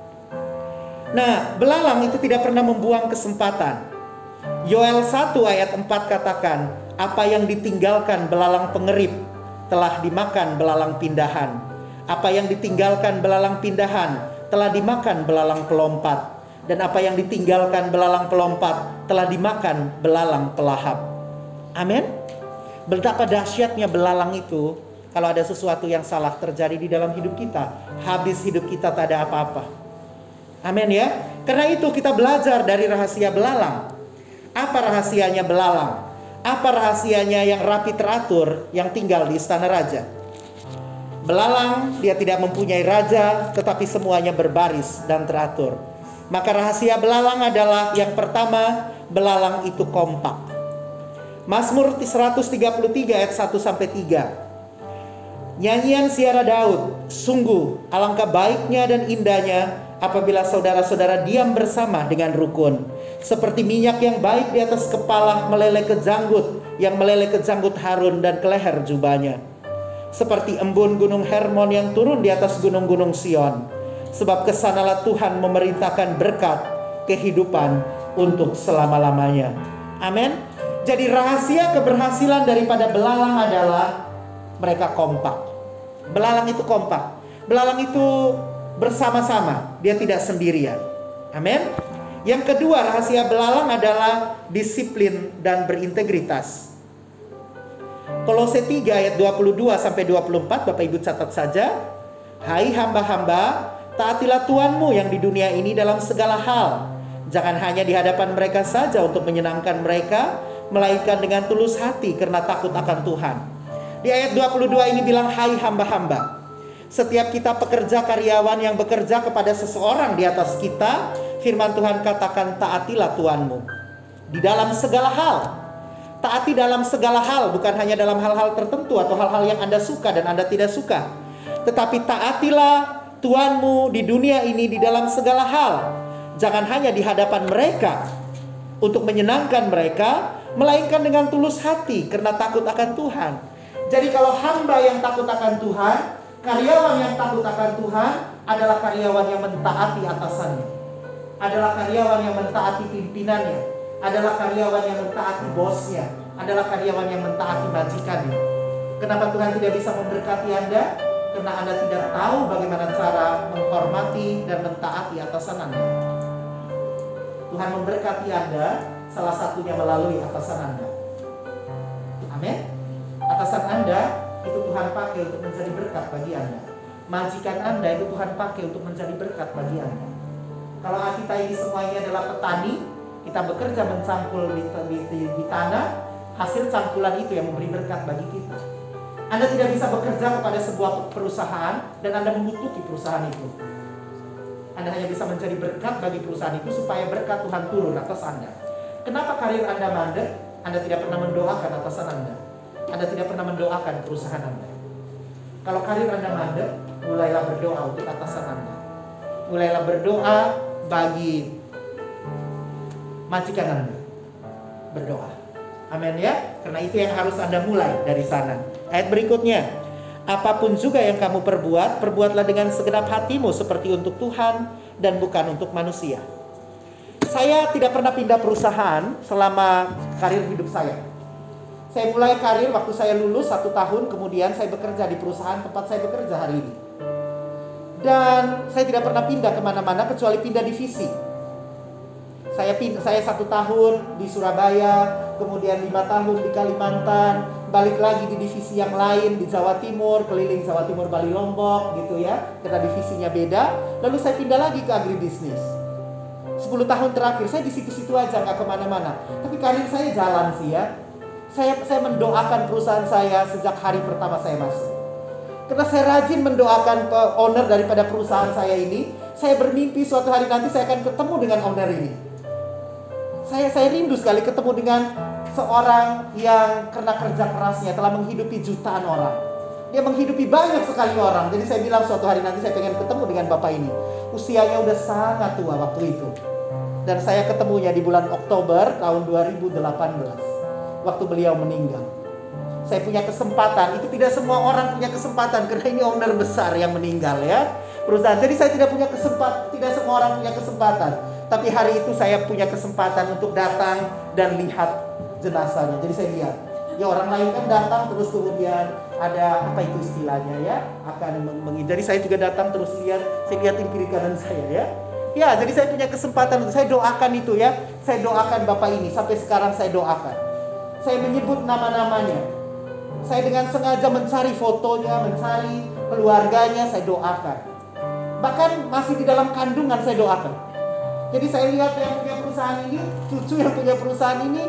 Nah, belalang itu tidak pernah membuang kesempatan. Yoel 1 ayat 4 katakan, apa yang ditinggalkan belalang pengerip telah dimakan belalang pindahan. Apa yang ditinggalkan belalang pindahan telah dimakan belalang pelompat. Dan apa yang ditinggalkan belalang pelompat telah dimakan belalang pelahap. Amin. Betapa dahsyatnya belalang itu. Kalau ada sesuatu yang salah terjadi di dalam hidup kita, habis hidup kita tak ada apa-apa. Amin ya. Karena itu kita belajar dari rahasia belalang. Apa rahasianya belalang? Apa rahasianya yang rapi teratur yang tinggal di istana raja? Belalang dia tidak mempunyai raja, tetapi semuanya berbaris dan teratur. Maka rahasia belalang adalah yang pertama, belalang itu kompak. Mazmur 133 ayat 1-3. Nyanyian Ziarah Daud, sungguh alangkah baiknya dan indahnya apabila saudara-saudara diam bersama dengan rukun. Seperti minyak yang baik di atas kepala meleleh ke janggut, yang meleleh ke janggut Harun dan ke leher jubahnya. Seperti embun gunung Hermon yang turun di atas gunung-gunung Sion. Sebab kesanalah Tuhan memerintahkan berkat kehidupan untuk selama-lamanya. Amin. Jadi rahasia keberhasilan daripada belalang adalah mereka kompak. Belalang itu kompak. Belalang itu bersama-sama, dia tidak sendirian. Amin. Yang kedua, rahasia belalang adalah disiplin dan berintegritas. Kolose 3 ayat 22-24, Bapak Ibu catat saja. Hai hamba-hamba, taatilah Tuhanmu yang di dunia ini dalam segala hal. Jangan hanya di hadapan mereka saja untuk menyenangkan mereka, melainkan dengan tulus hati karena takut akan Tuhan. Di ayat 22 ini bilang, hai hamba-hamba. Setiap kita pekerja karyawan yang bekerja kepada seseorang di atas kita, firman Tuhan katakan taatilah Tuhanmu di dalam segala hal. Taati dalam segala hal, bukan hanya dalam hal-hal tertentu atau hal-hal yang Anda suka dan Anda tidak suka. Tetapi taatilah Tuhanmu di dunia ini di dalam segala hal. Jangan hanya di hadapan mereka untuk menyenangkan mereka, melainkan dengan tulus hati karena takut akan Tuhan. Jadi kalau hamba yang takut akan Tuhan, karyawan yang takut akan Tuhan adalah karyawan yang mentaati atasannya, adalah karyawan yang mentaati pimpinannya, adalah karyawan yang mentaati bosnya, adalah karyawan yang mentaati majikannya. Kenapa Tuhan tidak bisa memberkati Anda? Karena Anda tidak tahu bagaimana cara menghormati dan mentaati atasan Anda. Tuhan memberkati Anda salah satunya melalui atasan Anda. Amin. Atasan Anda itu Tuhan pakai untuk menjadi berkat bagi Anda. Majikan Anda itu Tuhan pakai untuk menjadi berkat bagi Anda. Kalau kita ini semuanya adalah petani, kita bekerja mencangkul di tanah, hasil cangkulan itu yang memberi berkat bagi kita. Anda tidak bisa bekerja kepada sebuah perusahaan dan Anda mengutuki perusahaan itu. Anda hanya bisa menjadi berkat bagi perusahaan itu supaya berkat Tuhan turun atas Anda. Kenapa karir Anda mandek? Anda tidak pernah mendoakan atasan Anda. Anda tidak pernah mendoakan perusahaan Anda. Kalau karir Anda mandek, mulailah berdoa untuk atasan Anda. Mulailah berdoa bagi majikan Anda. Berdoa. Amin ya. Karena itu yang harus Anda mulai dari sana. Ayat berikutnya. Apapun juga yang kamu perbuat, perbuatlah dengan segenap hatimu seperti untuk Tuhan dan bukan untuk manusia. Saya tidak pernah pindah perusahaan selama karir hidup saya. Saya mulai karir waktu saya lulus 1 tahun, kemudian saya bekerja di perusahaan tempat saya bekerja hari ini. Dan saya tidak pernah pindah kemana-mana kecuali pindah divisi. Saya 1 tahun di Surabaya, kemudian 5 tahun di Kalimantan, balik lagi di divisi yang lain di Jawa Timur, keliling Jawa Timur, Bali, Lombok gitu ya, karena divisinya beda. Lalu saya pindah lagi ke agribisnis. 10 tahun terakhir saya di situ-situ aja, nggak kemana-mana. Tapi karir saya jalan sih ya. Saya mendoakan perusahaan saya sejak hari pertama saya masuk. Karena saya rajin mendoakan owner daripada perusahaan saya ini, saya bermimpi suatu hari nanti saya akan ketemu dengan owner ini. Saya rindu sekali ketemu dengan seorang yang karena kerja kerasnya telah menghidupi jutaan orang. Dia menghidupi banyak sekali orang. Jadi saya bilang suatu hari nanti saya pengen ketemu dengan bapak ini. Usianya udah sangat tua waktu itu. Dan saya ketemunya di bulan Oktober tahun 2018. Waktu beliau meninggal. Saya punya kesempatan. Itu tidak semua orang punya kesempatan. Karena ini owner besar yang meninggal ya. Perusahaan. Jadi saya tidak punya kesempatan. Tidak semua orang punya kesempatan. Tapi hari itu saya punya kesempatan untuk datang dan lihat jenazahnya. Jadi saya lihat. Ya orang lain kan datang terus kemudian ada apa itu istilahnya ya. Jadi saya juga datang terus lihat. Saya lihatin kiri kanan saya ya. Ya jadi saya punya kesempatan. Saya doakan itu ya. Saya doakan bapak ini. Sampai sekarang saya doakan. Saya menyebut nama-namanya. Saya dengan sengaja mencari fotonya, mencari keluarganya, saya doakan. Bahkan masih di dalam kandungan saya doakan. Jadi saya lihat yang punya perusahaan ini, cucu yang punya perusahaan ini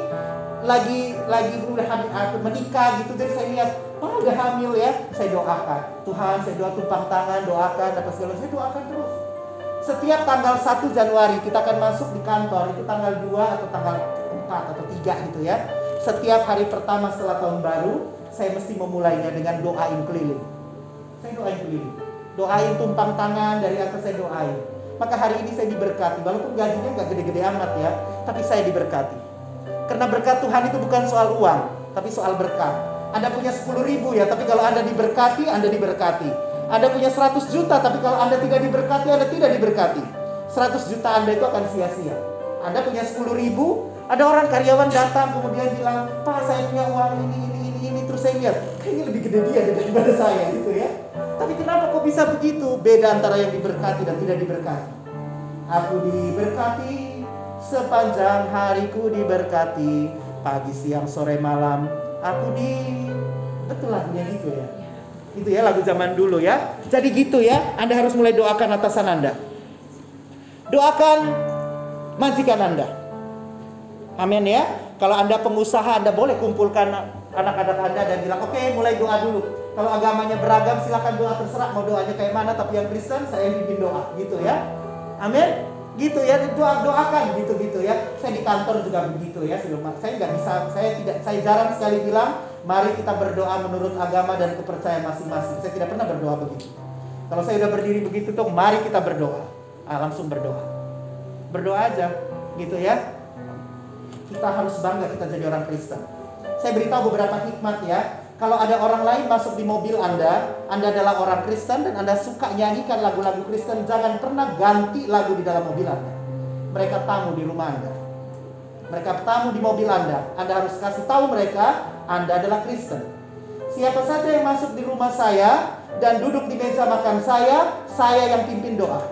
lagi udah menikah gitu. Jadi saya lihat, udah hamil ya. Saya doakan. Tuhan, saya doa tumpang tangan, doakan apa segala. Saya doakan terus. Setiap tanggal 1 Januari kita akan masuk di kantor. Itu tanggal 2 atau tanggal 4 atau 3 gitu ya. Setiap hari pertama setelah tahun baru, saya mesti memulainya dengan doain keliling. Saya doain keliling. Doain tumpang tangan, dari atas saya doain. Maka hari ini saya diberkati. Walaupun gajinya gak gede-gede amat ya, tapi saya diberkati. Karena berkat Tuhan itu bukan soal uang, tapi soal berkat. Anda punya 10.000 ya, tapi kalau Anda diberkati, Anda diberkati. Anda punya 100 juta, tapi kalau Anda tidak diberkati, Anda tidak diberkati. 100 juta Anda itu akan sia-sia. Anda punya 10.000, ada orang karyawan datang kemudian bilang, Pak saya punya uang ini. Terus saya lihat, kayaknya lebih gede dia daripada saya gitu ya. Tapi kenapa kok bisa begitu? Beda antara yang diberkati dan tidak diberkati. Aku diberkati, sepanjang hariku diberkati, pagi, siang, sore, malam, betul lagunya gitu ya. Itu ya lagu zaman dulu ya. Jadi gitu ya, Anda harus mulai doakan atasan Anda. Doakan majikan Anda. Amin ya. Kalau Anda pengusaha, Anda boleh kumpulkan anak-anak Anda dan bilang, oke, mulai doa dulu. Kalau agamanya beragam, silakan doa, terserah mau doanya kayak mana. Tapi yang Kristen, saya bimbing doa, gitu ya. Amin. Gitu ya, doakan gitu ya. Saya di kantor juga begitu ya. Saya nggak bisa, saya jarang sekali bilang, mari kita berdoa menurut agama dan kepercayaan masing-masing. Saya tidak pernah berdoa begitu. Kalau saya udah berdiri begitu tuh, mari kita berdoa. Langsung berdoa. Berdoa aja, gitu ya. Kita harus bangga kita jadi orang Kristen. Saya beritahu beberapa hikmat ya. Kalau ada orang lain masuk di mobil Anda adalah orang Kristen dan Anda suka nyanyikan lagu-lagu Kristen, jangan pernah ganti lagu di dalam mobil Anda. Mereka tamu di rumah Anda. Mereka tamu di mobil Anda. Anda harus kasih tahu mereka Anda adalah Kristen. Siapa saja yang masuk di rumah saya dan duduk di meja makan saya yang pimpin doa.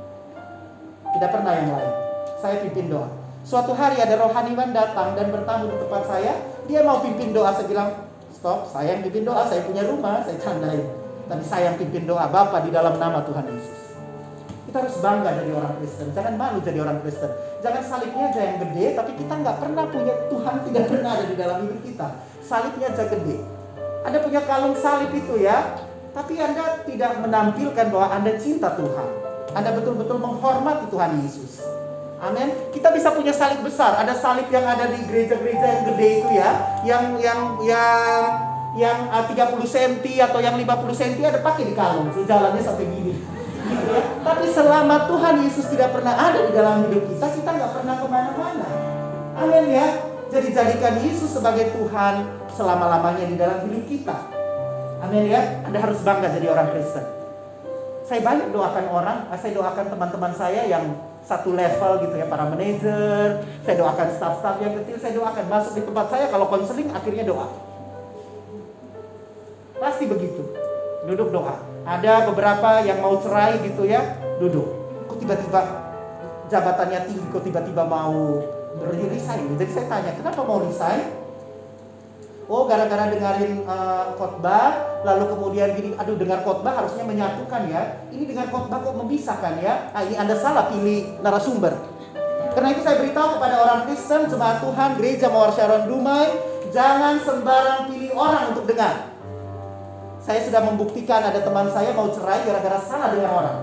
Tidak pernah yang lain. Saya pimpin doa. Suatu hari ada rohaniwan datang dan bertamu di tempat saya. Dia mau pimpin doa. Saya bilang, stop, saya yang pimpin doa. Saya punya rumah, saya candain. Tapi saya yang pimpin doa, Bapa di dalam nama Tuhan Yesus. Kita harus bangga jadi orang Kristen. Jangan malu jadi orang Kristen. Jangan salibnya aja yang gede, tapi kita nggak pernah punya, Tuhan tidak pernah ada di dalam hidup kita. Salibnya aja gede. Anda punya kalung salib itu ya, tapi Anda tidak menampilkan bahwa Anda cinta Tuhan. Anda betul-betul menghormati Tuhan Yesus. Amin. Kita bisa punya salib besar. Ada salib yang ada di gereja-gereja yang gede itu ya, yang 30 cm atau yang 50 cm ada pakai di kalung, jalannya sampai gini. Gitu ya. Tapi selama Tuhan Yesus tidak pernah ada di dalam hidup kita nggak pernah kemana-mana. Amin ya. Jadi jadikan Yesus sebagai Tuhan selama-lamanya di dalam hidup kita. Amin ya. Anda harus bangga jadi orang Kristen. Saya banyak doakan orang, saya doakan teman-teman saya yang satu level gitu ya, para manajer. Saya doakan staff-staff yang kecil, saya doakan. Masuk di tempat saya kalau konseling akhirnya doa. Pasti begitu. Duduk doa. Ada beberapa yang mau cerai gitu ya, duduk. Kok tiba-tiba jabatannya tinggi, kok tiba-tiba mau resign. Jadi saya tanya, kenapa mau resign? Oh, gara-gara dengerin khotbah, lalu kemudian gini, aduh dengar khotbah harusnya menyatukan ya. Ini dengan khotbah kok memisahkan ya. Ini Anda salah pilih narasumber. Karena itu saya beritahu kepada orang Kristen, jemaat Tuhan, gereja Mawar Sharon Dumai, jangan sembarang pilih orang untuk dengar. Saya sudah membuktikan ada teman saya mau cerai gara-gara salah dengan orang.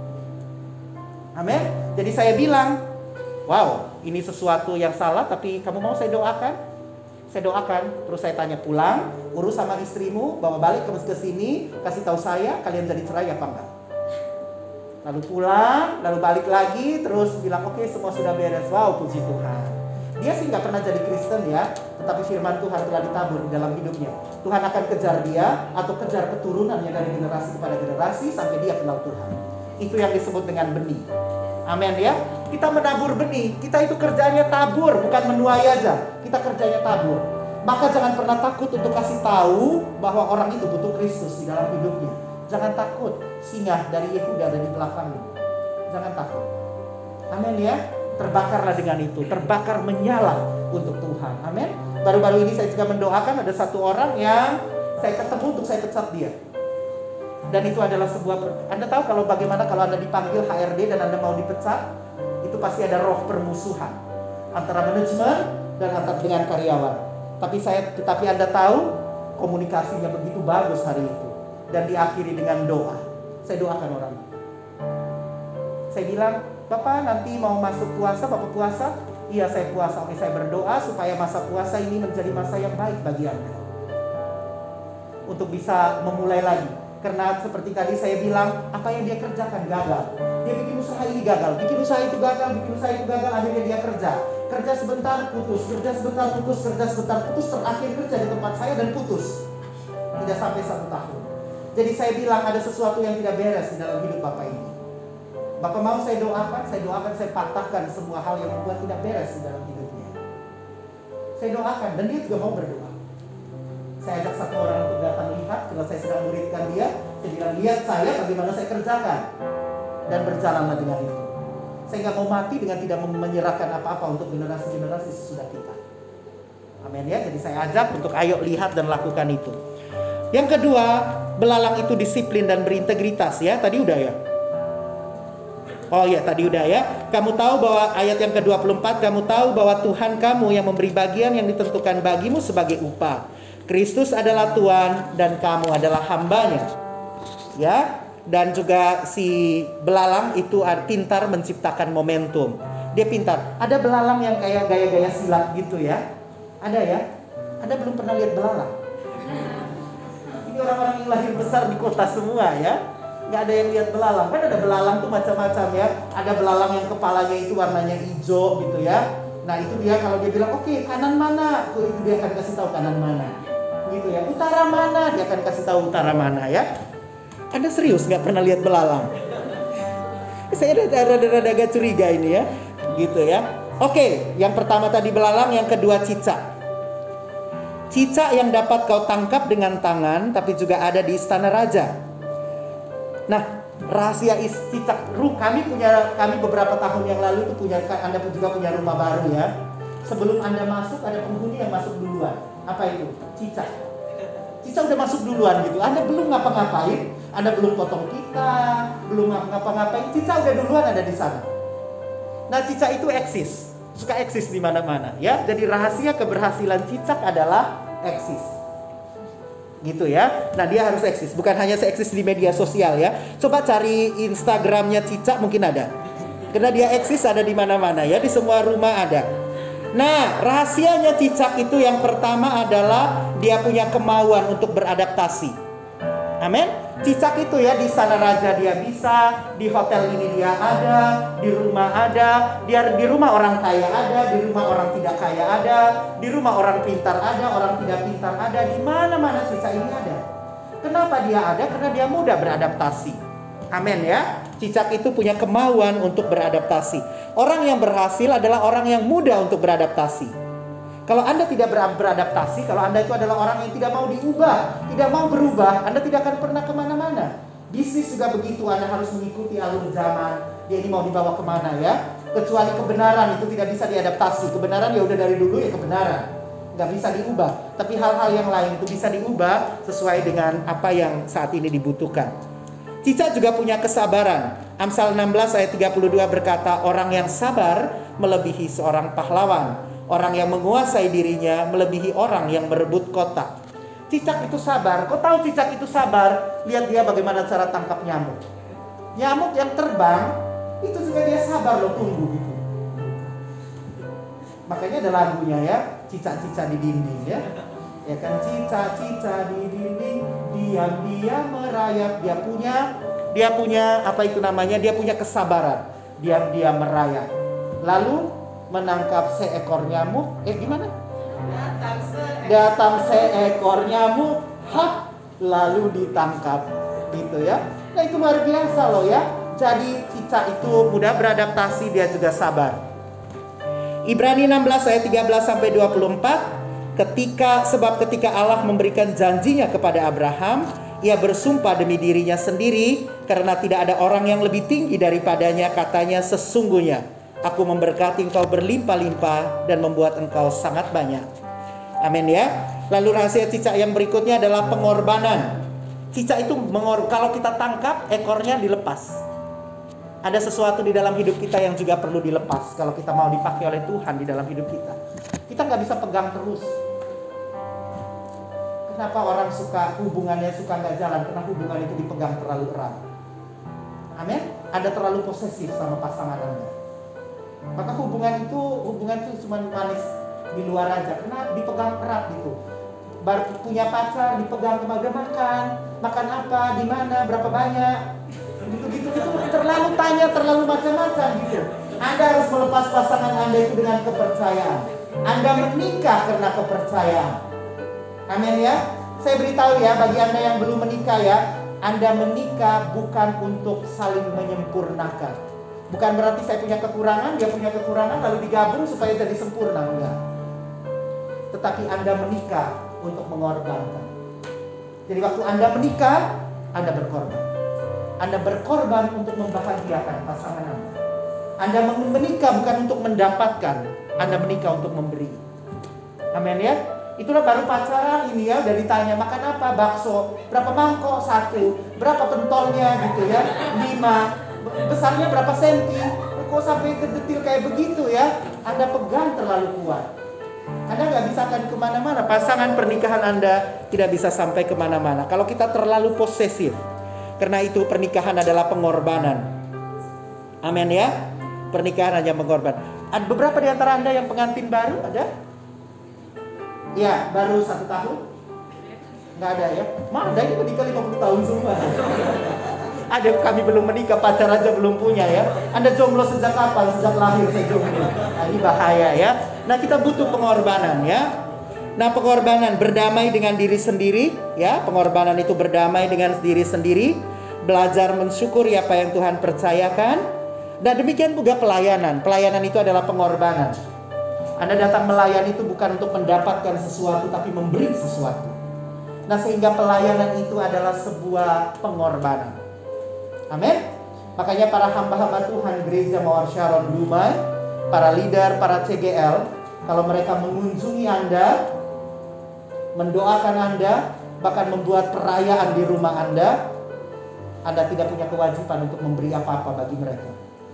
Amin. Jadi saya bilang, wow, ini sesuatu yang salah, tapi kamu mau saya doakan? Saya doakan. Terus saya tanya, pulang, urus sama istrimu, bawa balik ke sini, kasih tahu saya kalian jadi cerai apa enggak. Lalu pulang, lalu balik lagi, terus bilang oke, semua sudah beres. Wow, puji Tuhan. Dia sih nggak pernah jadi Kristen ya, tetapi firman Tuhan telah ditabur di dalam hidupnya. Tuhan akan kejar dia atau kejar keturunannya dari generasi kepada generasi sampai dia kenal Tuhan. Itu yang disebut dengan benih. Amin ya. Kita menabur benih, kita itu kerjanya tabur, bukan menuai aja. Kita kerjanya tabur. Maka jangan pernah takut untuk kasih tahu bahwa orang itu butuh Kristus di dalam hidupnya. Jangan takut singa dari Yehuda dari belakangmu. Jangan takut. Amin ya. Terbakarlah dengan itu, terbakar menyala untuk Tuhan. Amin. Baru-baru ini saya juga mendoakan ada satu orang yang saya ketemu untuk saya pecat dia. Dan itu adalah sebuah, Anda tahu kalau bagaimana kalau Anda dipanggil HRD dan Anda mau dipecat, itu pasti ada roh permusuhan antara manajemen dan antara dengan karyawan. Tetapi Anda tahu komunikasinya begitu bagus hari itu dan diakhiri dengan doa. Saya doakan orang. Saya bilang, Bapak nanti mau masuk puasa, Bapak puasa? Iya saya puasa. Oke, saya berdoa supaya masa puasa ini menjadi masa yang baik bagi Anda, untuk bisa memulai lagi. Karena seperti tadi saya bilang, apa yang dia kerjakan gagal. Dia bikin usaha ini gagal, bikin usaha itu gagal, bikin usaha itu gagal. Akhirnya dia kerja sebentar putus, kerja sebentar putus, kerja sebentar putus. Terakhir kerja di tempat saya dan putus. Tidak sampai 1 tahun. Jadi saya bilang ada sesuatu yang tidak beres di dalam hidup Bapak ini. Bapak mau saya doakan, saya patahkan semua hal yang membuat tidak beres di dalam hidupnya. Saya doakan dan dia juga mau berdoa. Saya ajak satu orang untuk datang lihat, kalau saya sedang muridkan dia, saya bilang lihat saya bagaimana saya kerjakan. Dan berjalanlah dengan itu. Saya nggak mau mati dengan tidak menyerahkan apa-apa untuk generasi-generasi sesudah kita. Amin ya, jadi saya ajak untuk ayo lihat dan lakukan itu. Yang kedua, belalang itu disiplin dan berintegritas ya, tadi udah ya. Oh ya, tadi udah ya. Kamu tahu bahwa ayat yang ke-24, kamu tahu bahwa Tuhan kamu yang memberi bagian yang ditentukan bagimu sebagai upah. Kristus adalah Tuhan dan kamu adalah hambanya. Ya, dan juga si belalang itu pintar menciptakan momentum. Dia pintar. Ada belalang yang kayak gaya-gaya silat gitu ya. Ada ya? Anda belum pernah lihat belalang? Ini orang-orang yang lahir besar di kota semua ya. Nggak ada yang lihat belalang. Kan ada belalang tuh macam-macam ya. Ada belalang yang kepalanya itu warnanya hijau gitu ya. Nah itu dia kalau dia bilang oke, kanan mana, itu dia akan kasih tahu kanan mana gitu ya. Utara mana, dia akan kasih tahu utara mana ya. Anda serius nggak pernah lihat belalang? Saya rada-rada agak curiga ini ya gitu ya. Oke, yang pertama tadi belalang, yang kedua cicak. Cicak yang dapat kau tangkap dengan tangan, tapi juga ada di istana raja. Nah, rahasia cicak. Kami beberapa tahun yang lalu itu Anda juga punya rumah baru ya. Sebelum Anda masuk ada penghuni yang masuk duluan. Apa itu? Cicak. Cicak udah masuk duluan gitu. Anda belum ngapa-ngapain, Anda belum potong kita, belum ngapa-ngapain, cicak udah duluan ada di sana. Nah, cicak itu eksis, suka eksis di mana-mana ya. Jadi rahasia keberhasilan cicak adalah eksis. Gitu ya. Nah dia harus eksis, bukan hanya seeksis di media sosial ya. Coba cari Instagramnya cicak, mungkin ada. Karena dia eksis ada di mana-mana ya, di semua rumah ada. Nah rahasianya cicak itu yang pertama adalah dia punya kemauan untuk beradaptasi. Amin. Cicak itu ya di istana raja dia bisa, di hotel ini dia ada, di rumah ada, dia di rumah orang kaya ada, di rumah orang tidak kaya ada, di rumah orang pintar ada, orang tidak pintar ada, di mana-mana cicak ini ada. Kenapa dia ada? Karena dia mudah beradaptasi. Amin ya. Cicak itu punya kemauan untuk beradaptasi. Orang yang berhasil adalah orang yang mudah untuk beradaptasi. Kalau Anda tidak beradaptasi, kalau Anda itu adalah orang yang tidak mau diubah, tidak mau berubah, Anda tidak akan pernah kemana-mana. Bisnis juga begitu, Anda harus mengikuti alur zaman. Dia ini mau dibawa kemana ya. Kecuali kebenaran itu tidak bisa diadaptasi. Kebenaran ya udah dari dulu ya kebenaran, nggak bisa diubah. Tapi hal-hal yang lain itu bisa diubah sesuai dengan apa yang saat ini dibutuhkan. Cicak juga punya kesabaran. Amsal 16 ayat 32 berkata, orang yang sabar melebihi seorang pahlawan. Orang yang menguasai dirinya melebihi orang yang merebut kota. Cicak itu sabar. Kau tahu cicak itu sabar? Lihat dia bagaimana cara tangkap nyamuk. Nyamuk yang terbang itu juga dia sabar loh, tunggu gitu. Makanya ada lagunya ya, cicak-cicak di dinding ya. Ya kan, cicak-cicak di dinding, diam-diam merayap. Dia punya apa itu namanya? Dia punya kesabaran. Diam-diam merayap. Lalu menangkap seekor nyamuk. Gimana? Datang seekor nyamuk, lalu ditangkap. Gitu ya. Nah itu luar biasa loh ya. Jadi cicak itu mudah beradaptasi, dia juga sabar. Ibrani 16 ayat 13 sampai 24. Sebab ketika Allah memberikan janjinya kepada Abraham, ia bersumpah demi dirinya sendiri, karena tidak ada orang yang lebih tinggi daripadanya. Katanya, sesungguhnya aku memberkati engkau berlimpah-limpah dan membuat engkau sangat banyak. Amin ya. Lalu rahasia cicak yang berikutnya adalah pengorbanan. Cicak itu kalau kita tangkap, ekornya dilepas. Ada sesuatu di dalam hidup kita yang juga perlu dilepas kalau kita mau dipakai oleh Tuhan di dalam hidup kita. Kita nggak bisa pegang terus. Kenapa orang hubungannya suka nggak jalan? Karena hubungan itu dipegang terlalu erat. Amin. Anda terlalu posesif sama pasangan Anda. Maka hubungan itu cuma manis di luar aja, karena dipegang erat gitu. Baru punya pacar, dipegang makan apa, di mana, berapa banyak, gitu terlalu tanya, terlalu macam-macam gitu. Anda harus melepas pasangan Anda itu dengan kepercayaan. Anda menikah karena kepercayaan. Amin ya. Saya beritahu ya, bagi Anda yang belum menikah ya, Anda menikah bukan untuk saling menyempurnakan. Bukan berarti saya punya kekurangan, dia punya kekurangan, lalu digabung supaya jadi sempurna, enggak. Tetapi Anda menikah untuk mengorbankan. Jadi waktu Anda menikah, Anda berkorban. Anda berkorban untuk membahagiakan pasangan Anda. Anda menikah bukan untuk mendapatkan, Anda menikah untuk memberi. Amin ya. Itulah baru pacaran ini ya, udah ditanya makan apa, bakso, berapa mangkok, 1, berapa pentolnya gitu ya, 5, besarnya berapa senti, kok sampai detil kayak begitu ya. Anda pegang terlalu kuat. Anda nggak bisa akan kemana-mana. Pasangan pernikahan Anda tidak bisa sampai kemana-mana kalau kita terlalu posesif. Karena itu pernikahan adalah pengorbanan. Amin ya. Pernikahan hanya pengorbanan. Ada beberapa di antara Anda yang pengantin baru, ada? Ya, baru 1 tahun? Nggak ada ya? Mana ini menikah 50 tahun semua. Ada kami belum menikah, pacar aja belum punya ya. Anda jomblo sejak kapan? Sejak lahir saya jomblo. Nah, ini bahaya ya. Nah, kita butuh pengorbanan ya. Nah, pengorbanan berdamai dengan diri sendiri ya. Pengorbanan itu berdamai dengan diri sendiri, belajar mensyukuri apa yang Tuhan percayakan. Dan demikian juga pelayanan. Pelayanan itu adalah pengorbanan. Anda datang melayani itu bukan untuk mendapatkan sesuatu, tapi memberi sesuatu. Nah, sehingga pelayanan itu adalah sebuah pengorbanan. Amin. Makanya para hamba-hamba Tuhan Gereja Mawar Sharon Dumai, para leader, para CGL, kalau mereka mengunjungi Anda, mendoakan Anda, bahkan membuat perayaan di rumah Anda tidak punya kewajiban untuk memberi apa-apa bagi mereka.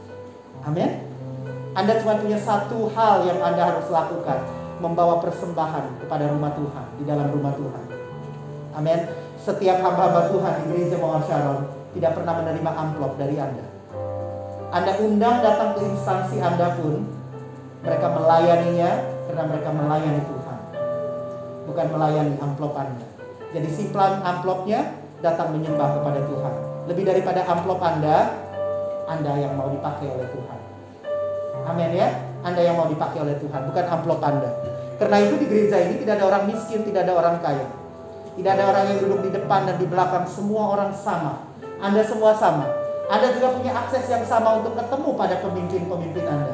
Amin. Anda cuma punya satu hal yang Anda harus lakukan, membawa persembahan kepada rumah Tuhan, di dalam rumah Tuhan. Amin. Setiap hamba-hamba Tuhan di Gereja Mawar Sharon tidak pernah menerima amplop dari Anda. Anda undang datang ke instansi Anda pun, mereka melayaninya karena mereka melayani Tuhan, bukan melayani amplop Anda. Jadi simplan amplopnya datang menyembah kepada Tuhan. Lebih daripada amplop Anda yang mau dipakai oleh Tuhan. Amin ya. Anda yang mau dipakai oleh Tuhan, bukan amplop Anda. Karena itu di gereja ini tidak ada orang miskin, tidak ada orang kaya. Tidak ada orang yang duduk di depan dan di belakang. Semua orang sama. Anda semua sama. Anda juga punya akses yang sama untuk ketemu pada pemimpin-pemimpin Anda.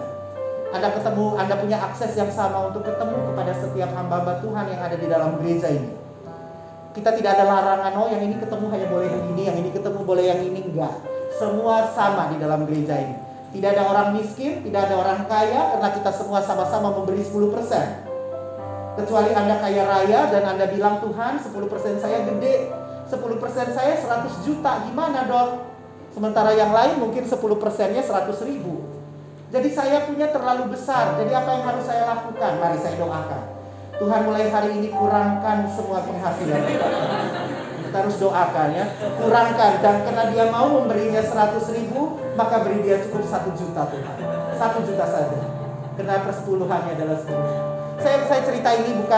Anda punya akses yang sama untuk ketemu kepada setiap hamba-hamba Tuhan yang ada di dalam gereja ini. Kita tidak ada larangan, yang ini ketemu hanya boleh yang ini, yang ini ketemu boleh yang ini, enggak. Semua sama di dalam gereja ini. Tidak ada orang miskin, tidak ada orang kaya, karena kita semua sama-sama memberi 10%. Kecuali Anda kaya raya dan Anda bilang, Tuhan 10% saya gede, 10% saya 100 juta, gimana dong? Sementara yang lain mungkin 10%-nya 100.000. Jadi saya punya terlalu besar, jadi apa yang harus saya lakukan? Mari saya doakan. Tuhan mulai hari ini kurangkan semua penghasilan kita. Kita harus doakan ya, kurangkan. Dan karena dia mau memberinya 100.000, maka beri dia cukup 1 juta Tuhan. 1 juta saja. Karena persepuluhannya adalah 10. Saya cerita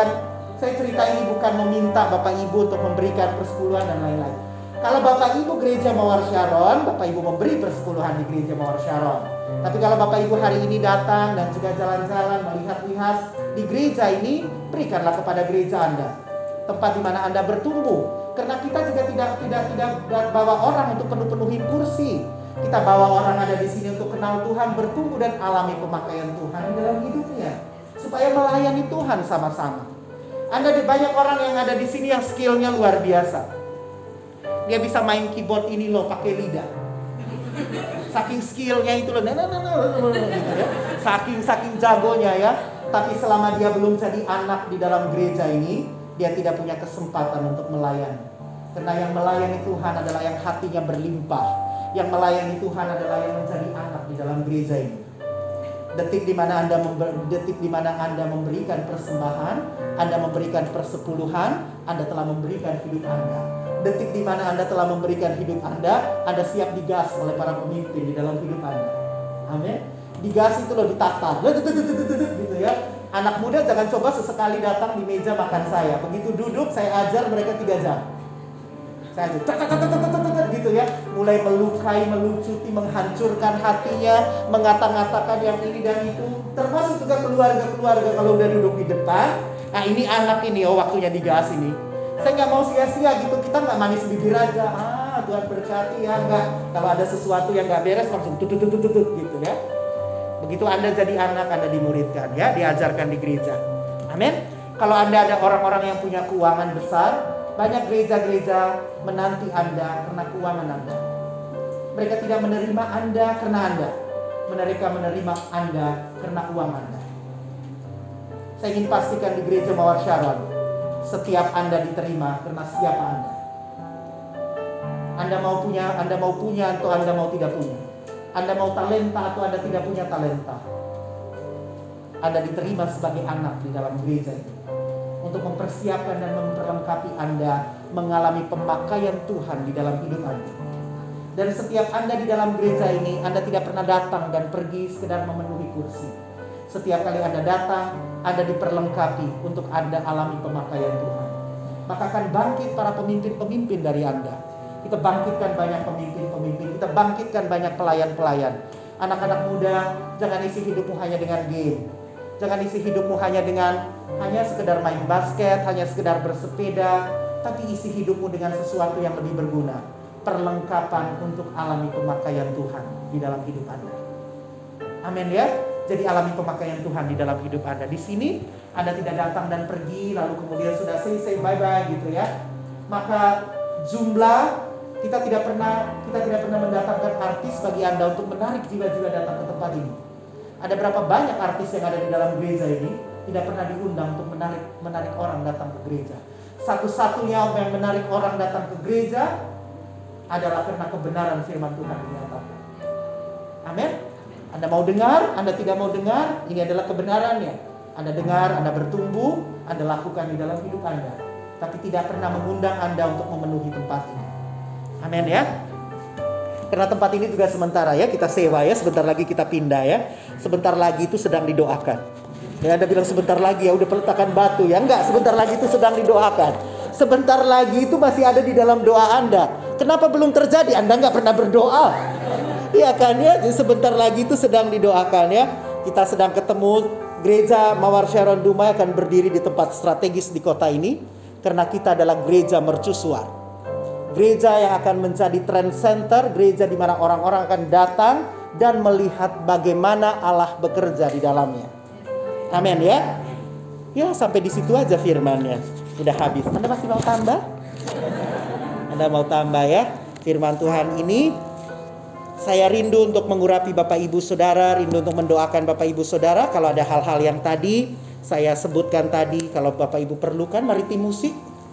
ini bukan meminta Bapak Ibu untuk memberikan persepuluhan dan lain-lain. Kalau Bapak Ibu gereja Mawar Sharon, Bapak Ibu memberi persepuluhan di gereja Mawar Sharon. Tapi kalau Bapak Ibu hari ini datang dan juga jalan-jalan melihat-lihat di gereja ini, berikanlah kepada gereja Anda, tempat di mana Anda bertumbuh. Karena kita juga tidak bawa orang untuk penuhi kursi. Kita bawa orang ada di sini untuk kenal Tuhan, bertumbuh dan alami pemakaian Tuhan di dalam hidupnya, supaya melayani Tuhan sama-sama. Banyak orang yang ada di sini yang skillnya luar biasa. Dia bisa main keyboard ini loh pakai lidah. Saking skillnya itu loh, gitu ya. Saking jagonya ya. Tapi selama dia belum jadi anak di dalam gereja ini, dia tidak punya kesempatan untuk melayani. Karena yang melayani Tuhan adalah yang hatinya berlimpah. Yang melayani Tuhan adalah yang menjadi anak di dalam gereja ini. Detik di mana Anda memberikan persembahan, Anda memberikan persepuluhan, Anda telah memberikan hidup Anda. Detik di mana Anda telah memberikan hidup Anda siap digas oleh para pemimpin di dalam hidup Anda. Amin. Digas itu loh, ditatar, gitu ya. Anak muda jangan coba sesekali datang di meja makan saya. Begitu duduk, saya ajar mereka 3 jam. Saya ajar, gitu ya. Mulai melukai, melucuti, menghancurkan hatinya, mengata-ngatakan yang ini dan itu. Termasuk juga keluarga-keluarga kalau udah duduk di depan. Nah ini anak ini, waktunya digas ini. Saya nggak mau sia-sia gitu, kita nggak manis bibir aja. Tuhan berkati ya, nggak. Kalau ada sesuatu yang nggak beres langsung tutut gitu ya. Begitu Anda jadi anak, Anda dimuridkan ya, diajarkan di gereja. Amin. Kalau Anda ada orang-orang yang punya keuangan besar, banyak gereja-gereja menanti Anda karena keuangan Anda. Mereka tidak menerima Anda karena Anda. Mereka menerima Anda karena uang Anda. Saya ingin pastikan di gereja Mawar Sharon, setiap Anda diterima karena siapa Anda. Anda mau punya atau Anda mau tidak punya. Anda mau talenta atau Anda tidak punya talenta. Anda diterima sebagai anak di dalam gereja itu, untuk mempersiapkan dan memperlengkapi Anda mengalami pemakaian Tuhan di dalam hidup Anda. Dan setiap Anda di dalam gereja ini, Anda tidak pernah datang dan pergi sekedar memenuhi kursi. Setiap kali Anda datang, Anda diperlengkapi untuk Anda alami pemakaian Tuhan. Maka akan bangkit para pemimpin-pemimpin dari Anda. Kita bangkitkan banyak pemimpin-pemimpin, kita bangkitkan banyak pelayan-pelayan. Anak-anak muda, jangan isi hidupmu hanya dengan game. Jangan isi hidupmu hanya sekedar main basket, hanya sekedar bersepeda, tapi isi hidupmu dengan sesuatu yang lebih berguna. Perlengkapan untuk alami pemakaian Tuhan di dalam hidup Anda. Amin ya. Jadi alami pemakaian Tuhan di dalam hidup Anda. Di sini Anda tidak datang dan pergi lalu kemudian sudah say bye-bye gitu ya. Maka jumlah kita tidak pernah mendatangkan artis bagi Anda untuk menarik jiwa-jiwa datang ke tempat ini. Ada berapa banyak artis yang ada di dalam gereja ini tidak pernah diundang untuk menarik orang datang ke gereja. Satu-satunya yang menarik orang datang ke gereja adalah karena kebenaran firman Tuhan dinyatakan. Amin. Anda mau dengar, Anda tidak mau dengar, ini adalah kebenarannya. Anda dengar, Anda bertumbuh, Anda lakukan di dalam hidup Anda. Tapi tidak pernah mengundang Anda untuk memenuhi tempat ini. Amin ya. Karena tempat ini juga sementara ya, kita sewa ya, sebentar lagi kita pindah ya. Sebentar lagi itu sedang didoakan. Ya, Anda bilang sebentar lagi ya, udah peletakan batu ya. Enggak, sebentar lagi itu sedang didoakan. Sebentar lagi itu masih ada di dalam doa Anda. Kenapa belum terjadi? Anda nggak pernah berdoa. Iya kan ya, jadi sebentar lagi itu sedang didoakan ya. Kita sedang ketemu, gereja Mawar Sharon Dumai akan berdiri di tempat strategis di kota ini. Karena kita adalah gereja mercusuar. Gereja yang akan menjadi trend center, gereja di mana orang-orang akan datang dan melihat bagaimana Allah bekerja di dalamnya. Amin ya. Ya sampai di situ aja firmannya. Udah habis. Anda masih mau tambah? Anda mau tambah ya? Firman Tuhan ini saya rindu untuk mengurapi Bapak Ibu Saudara, rindu untuk mendoakan Bapak Ibu Saudara. Kalau ada hal-hal yang tadi saya sebutkan tadi, kalau Bapak Ibu perlukan, mari tim musik.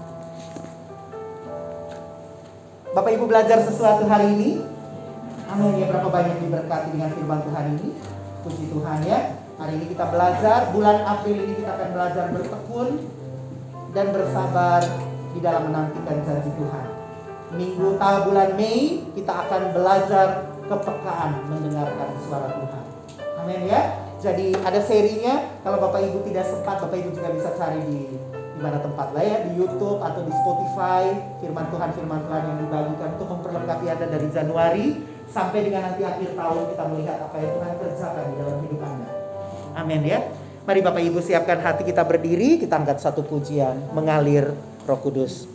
Bapak Ibu belajar sesuatu hari ini? Amin ya, berapa banyak diberkati dengan firman Tuhan ini? Puji Tuhan ya. Hari ini kita belajar, bulan April ini kita akan belajar bertekun dan bersabar di dalam menantikan janji Tuhan. Minggu bulan Mei kita akan belajar kepekaan mendengarkan suara Tuhan. Amin ya. Jadi ada serinya. Kalau Bapak Ibu tidak sempat, Bapak Ibu juga bisa cari di mana tempat lah ya, di YouTube atau di Spotify. Firman Tuhan yang dibagikan untuk memperlengkapi Anda dari Januari sampai dengan nanti akhir tahun, kita melihat apa yang Tuhan kerjakan di dalam hidup Anda. Amin ya. Mari Bapak Ibu siapkan hati kita berdiri, kita angkat satu pujian, mengalir Roh Kudus.